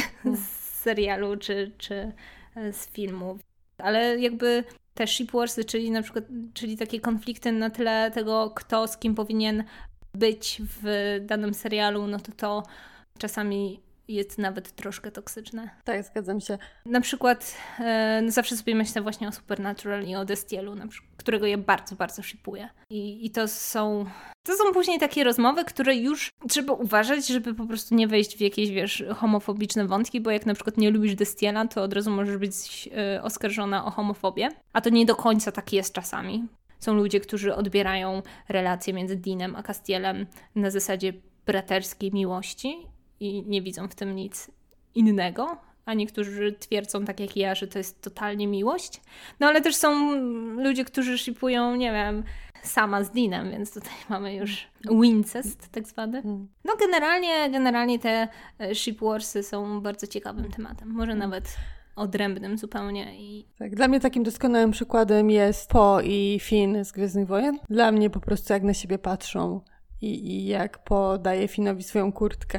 serialu czy z filmu. Ale jakby te ship warsy, czyli takie konflikty na tle tego, kto z kim powinien być w danym serialu, no to czasami jest nawet troszkę toksyczne. Tak, zgadzam się. Na przykład zawsze sobie myślę właśnie o Supernatural i o Destielu, którego ja bardzo, bardzo shipuję. I to są później takie rozmowy, które już trzeba uważać, żeby po prostu nie wejść w jakieś, wiesz, homofobiczne wątki, bo jak na przykład nie lubisz Destiela, to od razu możesz być oskarżona o homofobię. A to nie do końca tak jest czasami. Są ludzie, którzy odbierają relacje między Deanem a Castielem na zasadzie braterskiej miłości i nie widzą w tym nic innego, a niektórzy twierdzą tak jak ja, że to jest totalnie miłość. No ale też są ludzie, którzy shipują, nie wiem, sama z Deanem, więc tutaj mamy już wincest tak zwany. No generalnie te ship warsy są bardzo ciekawym tematem. Może nawet odrębnym zupełnie. Tak, dla mnie takim doskonałym przykładem jest Po i Finn z Gwiezdnych Wojen. Dla mnie po prostu jak na siebie patrzą i jak Po daje Finnowi swoją kurtkę.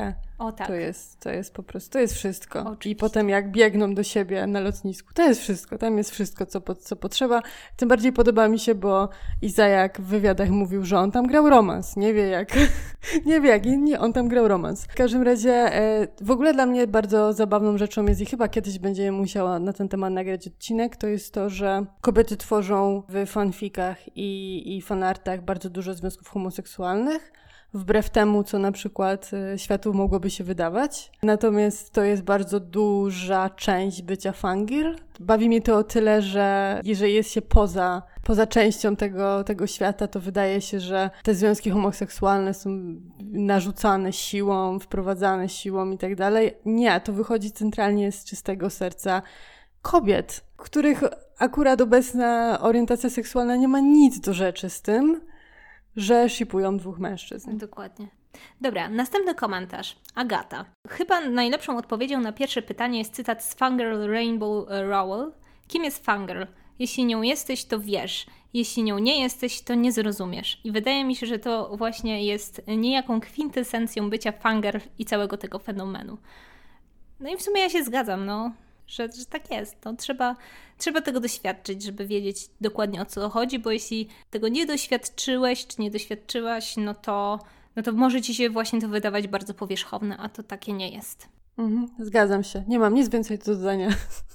O tak. To jest po prostu, to jest wszystko. Oczywiście. I potem jak biegną do siebie na lotnisku, to jest wszystko, tam jest wszystko, co potrzeba. Tym bardziej podoba mi się, bo Izajak w wywiadach mówił, że on tam grał romans. Nie wie jak inni, on tam grał romans. W każdym razie w ogóle dla mnie bardzo zabawną rzeczą jest i chyba kiedyś będziemy musiała na ten temat nagrać odcinek, to jest to, że kobiety tworzą w fanfikach i fanartach bardzo dużo związków homoseksualnych, wbrew temu, co na przykład światu mogłoby się wydawać. Natomiast to jest bardzo duża część bycia fangirl. Bawi mnie to o tyle, że jeżeli jest się poza częścią tego świata, to wydaje się, że te związki homoseksualne są narzucane siłą, wprowadzane siłą i tak dalej. Nie, to wychodzi centralnie z czystego serca kobiet, których akurat obecna orientacja seksualna nie ma nic do rzeczy z tym, że shipują dwóch mężczyzn. Dokładnie. Dobra, następny komentarz. Agata. Chyba najlepszą odpowiedzią na pierwsze pytanie jest cytat z Fangirl Rainbow Rowell. Kim jest fangirl? Jeśli nią jesteś, to wiesz. Jeśli nią nie jesteś, to nie zrozumiesz. I wydaje mi się, że to właśnie jest niejaką kwintesencją bycia fangirl i całego tego fenomenu. No i w sumie ja się zgadzam, że tak jest. Trzeba tego doświadczyć, żeby wiedzieć dokładnie, o co chodzi, bo jeśli tego nie doświadczyłeś, czy nie doświadczyłaś, no to może ci się właśnie to wydawać bardzo powierzchowne, a to takie nie jest. Zgadzam się. Nie mam nic więcej do dodania.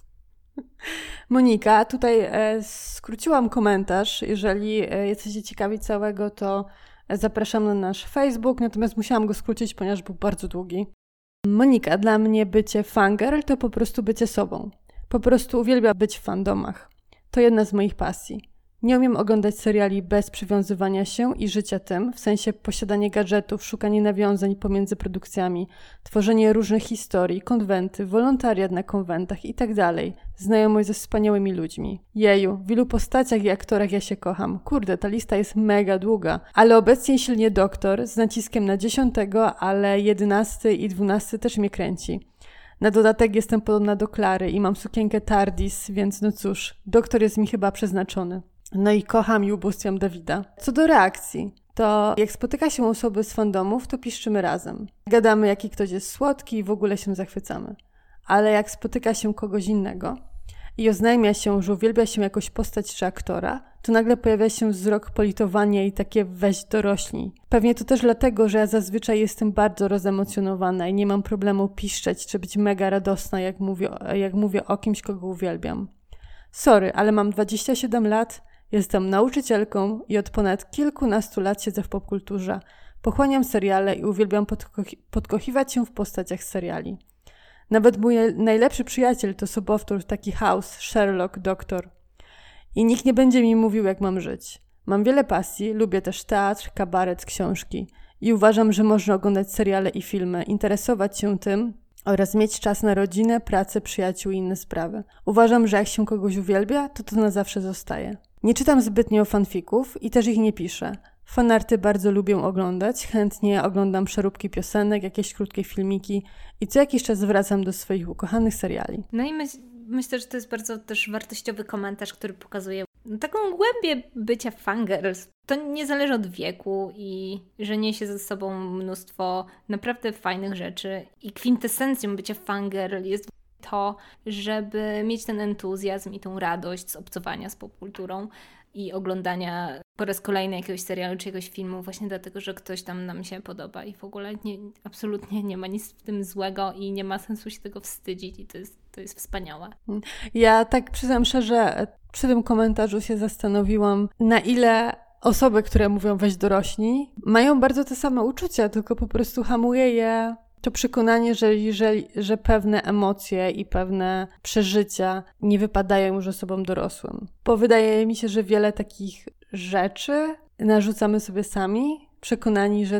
Monika, tutaj skróciłam komentarz. Jeżeli jesteście ciekawi całego, to zapraszam na nasz Facebook, natomiast musiałam go skrócić, ponieważ był bardzo długi. Monika, dla mnie bycie fangirl to po prostu bycie sobą. Po prostu uwielbiam być w fandomach. To jedna z moich pasji. Nie umiem oglądać seriali bez przywiązywania się i życia tym, w sensie posiadanie gadżetów, szukanie nawiązań pomiędzy produkcjami, tworzenie różnych historii, konwenty, wolontariat na konwentach itd. Znajomość ze wspaniałymi ludźmi. Jeju, w ilu postaciach i aktorach ja się kocham. Kurde, ta lista jest mega długa. Ale obecnie silnie Doktor, z naciskiem na 10, ale 11 i 12 też mnie kręci. Na dodatek jestem podobna do Klary i mam sukienkę TARDIS, więc no cóż, Doktor jest mi chyba przeznaczony. No i kocham i ubóstwiam Dawida. Co do reakcji, to jak spotyka się osoby z fandomów, to piszczymy razem. Gadamy, jaki ktoś jest słodki i w ogóle się zachwycamy. Ale jak spotyka się kogoś innego i oznajmia się, że uwielbia się jakąś postać czy aktora, to nagle pojawia się wzrok politowania i takie weź dorośnij. Pewnie to też dlatego, że ja zazwyczaj jestem bardzo rozemocjonowana i nie mam problemu piszczeć czy być mega radosna, jak mówię o kimś, kogo uwielbiam. Sorry, ale mam 27 lat, jestem nauczycielką i od ponad kilkunastu lat siedzę w popkulturze. Pochłaniam seriale i uwielbiam podkochiwać się w postaciach seriali. Nawet mój najlepszy przyjaciel to sobowtór taki House, Sherlock, Doktor. I nikt nie będzie mi mówił, jak mam żyć. Mam wiele pasji, lubię też teatr, kabaret, książki. I uważam, że można oglądać seriale i filmy, interesować się tym oraz mieć czas na rodzinę, pracę, przyjaciół i inne sprawy. Uważam, że jak się kogoś uwielbia, to na zawsze zostaje. Nie czytam zbytnio fanfików i też ich nie piszę. Fanarty bardzo lubię oglądać, chętnie oglądam przeróbki piosenek, jakieś krótkie filmiki i co jakiś czas wracam do swoich ukochanych seriali. No i myślę, że to jest bardzo też wartościowy komentarz, który pokazuje taką głębię bycia fangirls. To nie zależy od wieku i że niesie ze sobą mnóstwo naprawdę fajnych rzeczy. I kwintesencją bycia fangirl jest to, żeby mieć ten entuzjazm i tą radość z obcowania z popkulturą i oglądania po raz kolejny jakiegoś serialu czy jakiegoś filmu właśnie dlatego, że ktoś tam nam się podoba i w ogóle absolutnie nie ma nic w tym złego i nie ma sensu się tego wstydzić i to jest wspaniałe. Ja tak przyznam szczerze, przy tym komentarzu się zastanowiłam, na ile osoby, które mówią weź dorośnij, mają bardzo te same uczucia, tylko po prostu hamuje je to przekonanie, że pewne emocje i pewne przeżycia nie wypadają już osobom dorosłym. Bo wydaje mi się, że wiele takich rzeczy narzucamy sobie sami, przekonani, że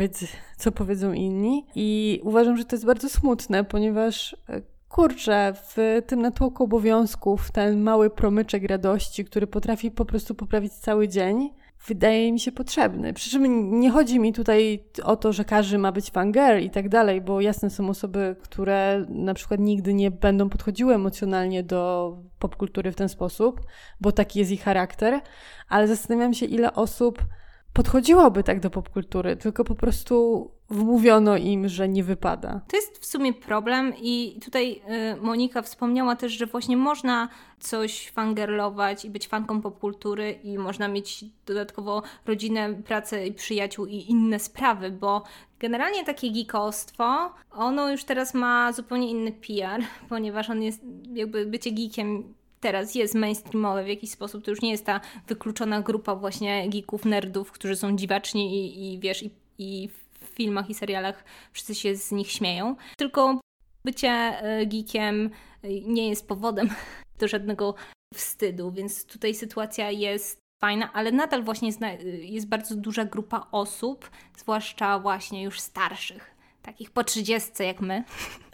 co powiedzą inni. I uważam, że to jest bardzo smutne, ponieważ kurczę, w tym natłoku obowiązków ten mały promyczek radości, który potrafi po prostu poprawić cały dzień, wydaje mi się potrzebny. Przy czym nie chodzi mi tutaj o to, że każdy ma być fangirl i tak dalej, bo jasne są osoby, które na przykład nigdy nie będą podchodziły emocjonalnie do popkultury w ten sposób, bo taki jest ich charakter, ale zastanawiam się, ile osób podchodziłoby tak do popkultury, tylko po prostu wmówiono im, że nie wypada. To jest w sumie problem i tutaj Monika wspomniała też, że właśnie można coś fangirlować i być fanką popkultury i można mieć dodatkowo rodzinę, pracę i przyjaciół i inne sprawy, bo generalnie takie geekostwo, ono już teraz ma zupełnie inny PR, ponieważ on jest jakby bycie geekiem teraz jest mainstreamowe w jakiś sposób, to już nie jest ta wykluczona grupa właśnie geeków, nerdów, którzy są dziwaczni i wiesz, i w filmach i serialach wszyscy się z nich śmieją. Tylko bycie geekiem nie jest powodem do żadnego wstydu, więc tutaj sytuacja jest fajna, ale nadal właśnie jest bardzo duża grupa osób, zwłaszcza właśnie już starszych, takich po 30 jak my,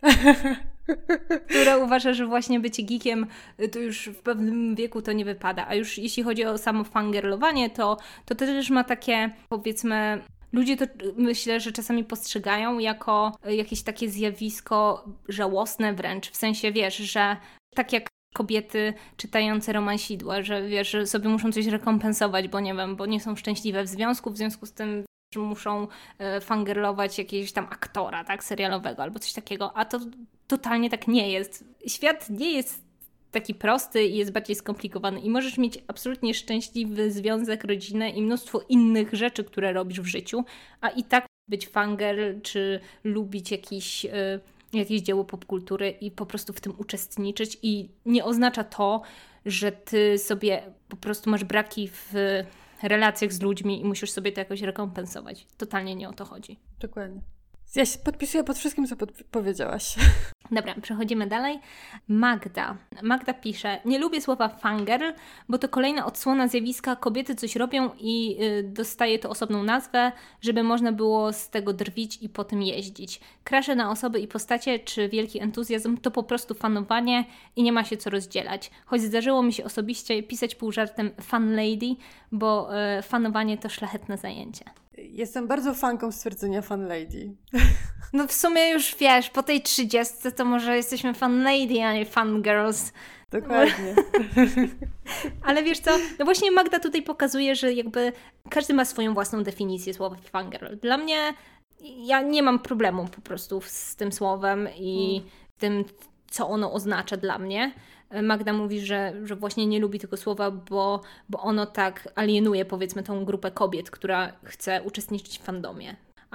która uważa, że właśnie bycie geekiem to już w pewnym wieku to nie wypada. A już jeśli chodzi o samo fangirlowanie, to też ma takie, powiedzmy, ludzie to myślę, że czasami postrzegają jako jakieś takie zjawisko żałosne wręcz. W sensie, wiesz, że tak jak kobiety czytające romansidła, że wiesz, że sobie muszą coś rekompensować, bo nie wiem, bo nie są szczęśliwe w związku z tym że muszą fangirlować jakiegoś tam aktora, tak, serialowego albo coś takiego, a to totalnie tak nie jest. Świat nie jest taki prosty i jest bardziej skomplikowany i możesz mieć absolutnie szczęśliwy związek, rodzinę i mnóstwo innych rzeczy, które robisz w życiu, a i tak być fangirl czy lubić jakieś dzieło popkultury i po prostu w tym uczestniczyć i nie oznacza to, że ty sobie po prostu masz braki w relacjach z ludźmi i musisz sobie to jakoś rekompensować. Totalnie nie o to chodzi. Dokładnie. Ja się podpisuję pod wszystkim, co powiedziałaś. Dobra, przechodzimy dalej. Magda pisze: nie lubię słowa fangirl, bo to kolejna odsłona zjawiska kobiety coś robią i dostaje to osobną nazwę, żeby można było z tego drwić i po tym jeździć. Krasze na osoby i postacie czy wielki entuzjazm to po prostu fanowanie i nie ma się co rozdzielać. Choć zdarzyło mi się osobiście pisać pół żartem fan lady, bo fanowanie to szlachetne zajęcie. Jestem bardzo fanką stwierdzenia fan lady. No w sumie już wiesz, po tej 30 to może jesteśmy fan lady, a nie fan girls. Dokładnie. Ale wiesz co, no właśnie Magda tutaj pokazuje, że jakby każdy ma swoją własną definicję słowa fangirl. Dla mnie, ja nie mam problemu po prostu z tym słowem i tym, co ono oznacza dla mnie. Magda mówi, że właśnie nie lubi tego słowa, bo ono tak alienuje, powiedzmy, tą grupę kobiet, która chce uczestniczyć w fandomie.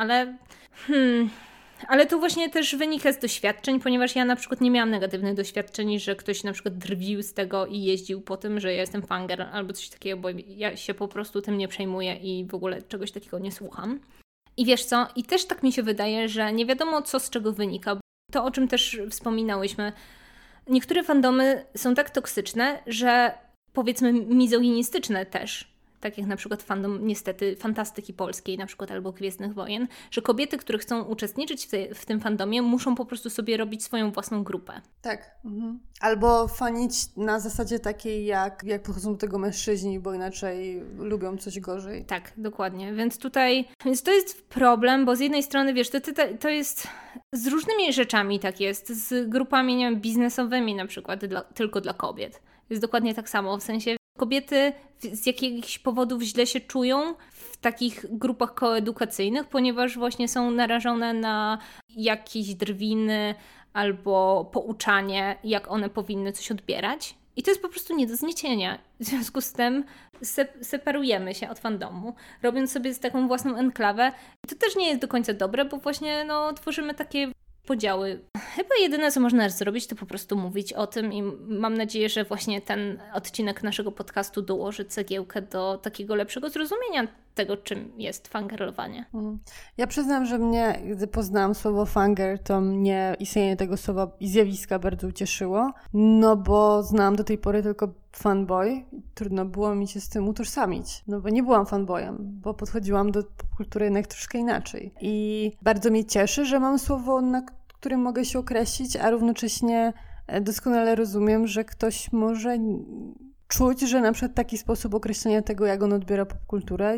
Ale to właśnie też wynika z doświadczeń, ponieważ ja na przykład nie miałam negatywnych doświadczeń, że ktoś na przykład drwił z tego i jeździł po tym, że ja jestem fangirl albo coś takiego, bo ja się po prostu tym nie przejmuję i w ogóle czegoś takiego nie słucham. I wiesz co? I też tak mi się wydaje, że nie wiadomo co z czego wynika. To, o czym też wspominałyśmy, niektóre fandomy są tak toksyczne, że powiedzmy mizoginistyczne też, tak jak na przykład fandom niestety fantastyki polskiej na przykład albo Gwiezdnych Wojen, że kobiety, które chcą uczestniczyć w tym fandomie muszą po prostu sobie robić swoją własną grupę. Tak. Mhm. Albo fanić na zasadzie takiej jak podchodzą do tego mężczyźni, bo inaczej lubią coś gorzej. Tak, dokładnie. Więc to jest problem, bo z jednej strony wiesz, to jest z różnymi rzeczami tak jest, z grupami nie wiem, biznesowymi na przykład tylko dla kobiet. Jest dokładnie tak samo, w sensie kobiety z jakichś powodów źle się czują w takich grupach koedukacyjnych, ponieważ właśnie są narażone na jakieś drwiny albo pouczanie, jak one powinny coś odbierać. I to jest po prostu nie do zniesienia. W związku z tym separujemy się od fandomu, robiąc sobie z taką własną enklawę. I to też nie jest do końca dobre, bo właśnie tworzymy takie podziały. Chyba jedyne, co można zrobić, to po prostu mówić o tym i mam nadzieję, że właśnie ten odcinek naszego podcastu dołoży cegiełkę do takiego lepszego zrozumienia tego, czym jest fangirlowanie. Ja przyznam, że mnie, gdy poznałam słowo fangirl, to mnie istnienie tego słowa i zjawiska bardzo ucieszyło, no bo znałam do tej pory tylko fanboy. Trudno było mi się z tym utożsamić, no bo nie byłam fanboyem, bo podchodziłam do popkultury jednak troszkę inaczej. I bardzo mnie cieszy, że mam słowo, na którym mogę się określić, a równocześnie doskonale rozumiem, że ktoś może czuć, że na przykład taki sposób określenia tego, jak on odbiera popkulturę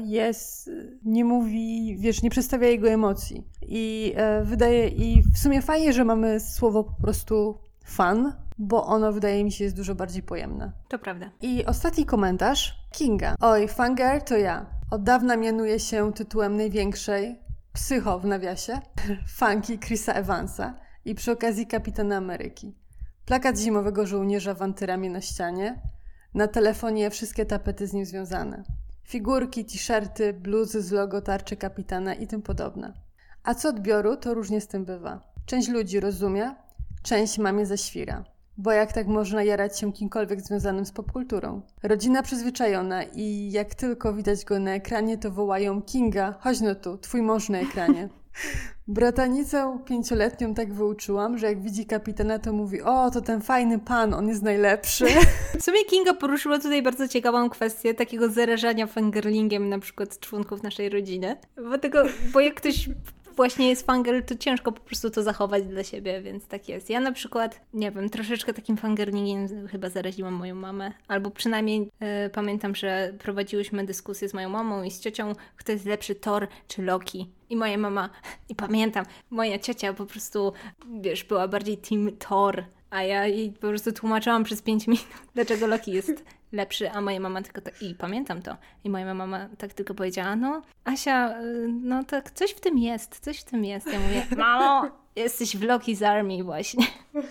nie mówi, wiesz, nie przedstawia jego emocji. I w sumie fajnie, że mamy słowo po prostu fan, bo ono wydaje mi się jest dużo bardziej pojemne. To prawda. I ostatni komentarz Kinga. Oj, fangirl to ja. Od dawna mianuję się tytułem największej, psycho w nawiasie, fanki Chrisa Evansa i przy okazji Kapitana Ameryki. Plakat zimowego żołnierza w antyramię na ścianie, na telefonie wszystkie tapety z nim związane. Figurki, t-shirty, bluzy z logo tarczy kapitana i tym podobne. A co odbioru, to różnie z tym bywa. Część ludzi rozumie, część mamie zaświra. Bo jak tak można jarać się kimkolwiek związanym z popkulturą? Rodzina przyzwyczajona i jak tylko widać go na ekranie, to wołają: Kinga, chodź no tu, twój mąż na ekranie. Bratanicę 5-letnią tak wyuczyłam, że jak widzi kapitana, to mówi: o, to ten fajny pan, on jest najlepszy. W sumie Kinga poruszyła tutaj bardzo ciekawą kwestię takiego zarażania fangirlingiem na przykład członków naszej rodziny. Bo jak ktoś właśnie jest fangirl, to ciężko po prostu to zachować dla siebie, więc tak jest. Ja na przykład, nie wiem, troszeczkę takim fangirlingiem chyba zaraziłam moją mamę, albo przynajmniej pamiętam, że prowadziłyśmy dyskusję z moją mamą i z ciocią, kto jest lepszy, Thor czy Loki. I moja mama, i pamiętam, moja ciocia po prostu, wiesz, była bardziej team Thor, a ja jej po prostu tłumaczyłam przez 5 minut, dlaczego Loki jest lepszy, a moja mama tylko tak, i pamiętam to, i moja mama tak tylko powiedziała: no Asia, no tak coś w tym jest. Ja mówię: mamo, jesteś w Loki's Army właśnie.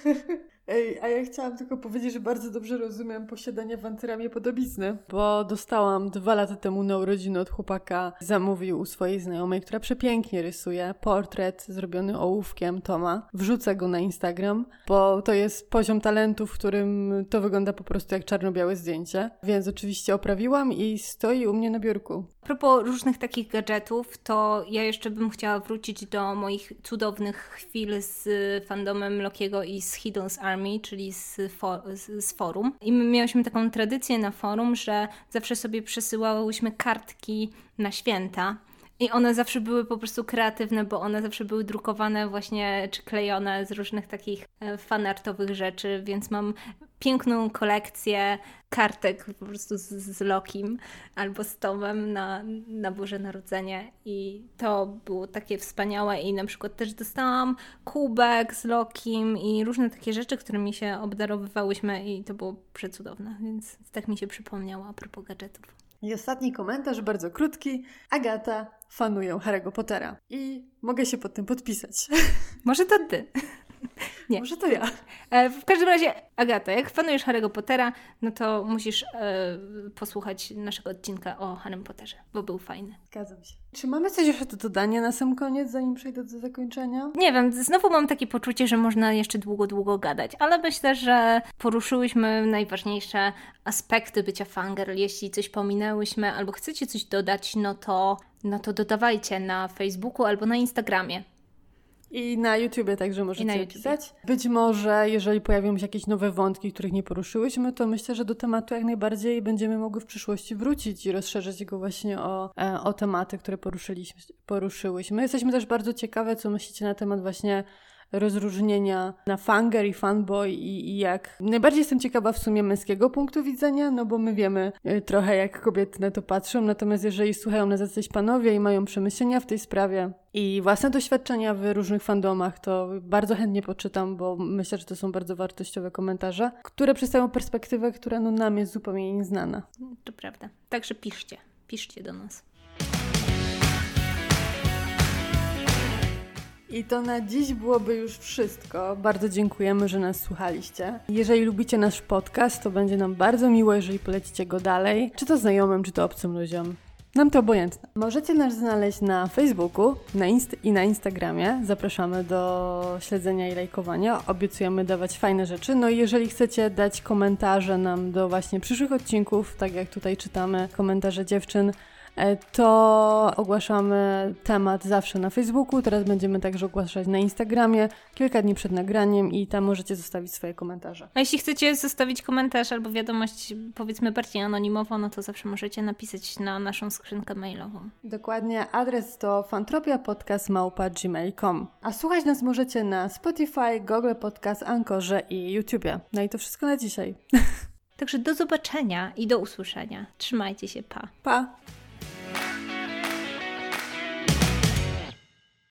Ej, a ja chciałam tylko powiedzieć, że bardzo dobrze rozumiem posiadanie w antyramie podobizny, bo dostałam 2 lata temu na urodziny od chłopaka, zamówił u swojej znajomej, która przepięknie rysuje, portret zrobiony ołówkiem Toma. Wrzucę go na Instagram, bo to jest poziom talentu, w którym to wygląda po prostu jak czarno-białe zdjęcie, więc oczywiście oprawiłam i stoi u mnie na biurku. A propos różnych takich gadżetów, to ja jeszcze bym chciała wrócić do moich cudownych chwil z fandomem Lokiego i z Hidden's Army, czyli z forum. I my miałyśmy taką tradycję na forum, że zawsze sobie przesyłałyśmy kartki na święta. I one zawsze były po prostu kreatywne, bo one zawsze były drukowane właśnie, czy klejone z różnych takich fanartowych rzeczy, więc mam piękną kolekcję kartek po prostu z Lokim albo z Tomem na Boże Narodzenie i to było takie wspaniałe i na przykład też dostałam kubek z Lokim i różne takie rzeczy, którymi się obdarowywałyśmy i to było przecudowne, więc tak mi się przypomniało a propos gadżetów. I ostatni komentarz, bardzo krótki. Agata, fanuję Harry'ego Pottera. I mogę się pod tym podpisać. Może to ty. Nie. Może to ja. W każdym razie, Agata, jak fanujesz Harry'ego Pottera, no to musisz posłuchać naszego odcinka o Harrym Potterze, bo był fajny. Zgadzam się. Czy mamy coś jeszcze do dodania na sam koniec, zanim przejdę do zakończenia? Nie wiem, znowu mam takie poczucie, że można jeszcze długo gadać, ale myślę, że poruszyłyśmy najważniejsze aspekty bycia fangirl. Jeśli coś pominęłyśmy albo chcecie coś dodać, no to dodawajcie na Facebooku albo na Instagramie. I na YouTubie także możecie pisać. Być może, jeżeli pojawią się jakieś nowe wątki, których nie poruszyłyśmy, to myślę, że do tematu jak najbardziej będziemy mogły w przyszłości wrócić i rozszerzyć go właśnie o tematy, które poruszyłyśmy. Jesteśmy też bardzo ciekawe, co myślicie na temat właśnie rozróżnienia na fangirl i fanboy i jak... Najbardziej jestem ciekawa w sumie męskiego punktu widzenia, no bo my wiemy trochę jak kobiety na to patrzą, natomiast jeżeli słuchają nas jacyś panowie i mają przemyślenia w tej sprawie i własne doświadczenia w różnych fandomach, to bardzo chętnie poczytam, bo myślę, że to są bardzo wartościowe komentarze, które przedstawią perspektywę, która nam jest zupełnie nieznana. To prawda. Także piszcie do nas. I to na dziś byłoby już wszystko. Bardzo dziękujemy, że nas słuchaliście. Jeżeli lubicie nasz podcast, to będzie nam bardzo miło, jeżeli polecicie go dalej, czy to znajomym, czy to obcym ludziom. Nam to obojętne. Możecie nas znaleźć na Facebooku i na Instagramie. Zapraszamy do śledzenia i lajkowania. Obiecujemy dawać fajne rzeczy. No i jeżeli chcecie dać komentarze nam do właśnie przyszłych odcinków, tak jak tutaj czytamy komentarze dziewczyn, to ogłaszamy temat zawsze na Facebooku, teraz będziemy także ogłaszać na Instagramie kilka dni przed nagraniem i tam możecie zostawić swoje komentarze. A jeśli chcecie zostawić komentarz albo wiadomość powiedzmy bardziej anonimowo, no to zawsze możecie napisać na naszą skrzynkę mailową. Dokładnie, adres to fantropiapodcast@gmail.com. A słuchać nas możecie na Spotify, Google Podcast, Anchorze i YouTubie. No i to wszystko na dzisiaj. Także do zobaczenia i do usłyszenia. Trzymajcie się, pa. Pa!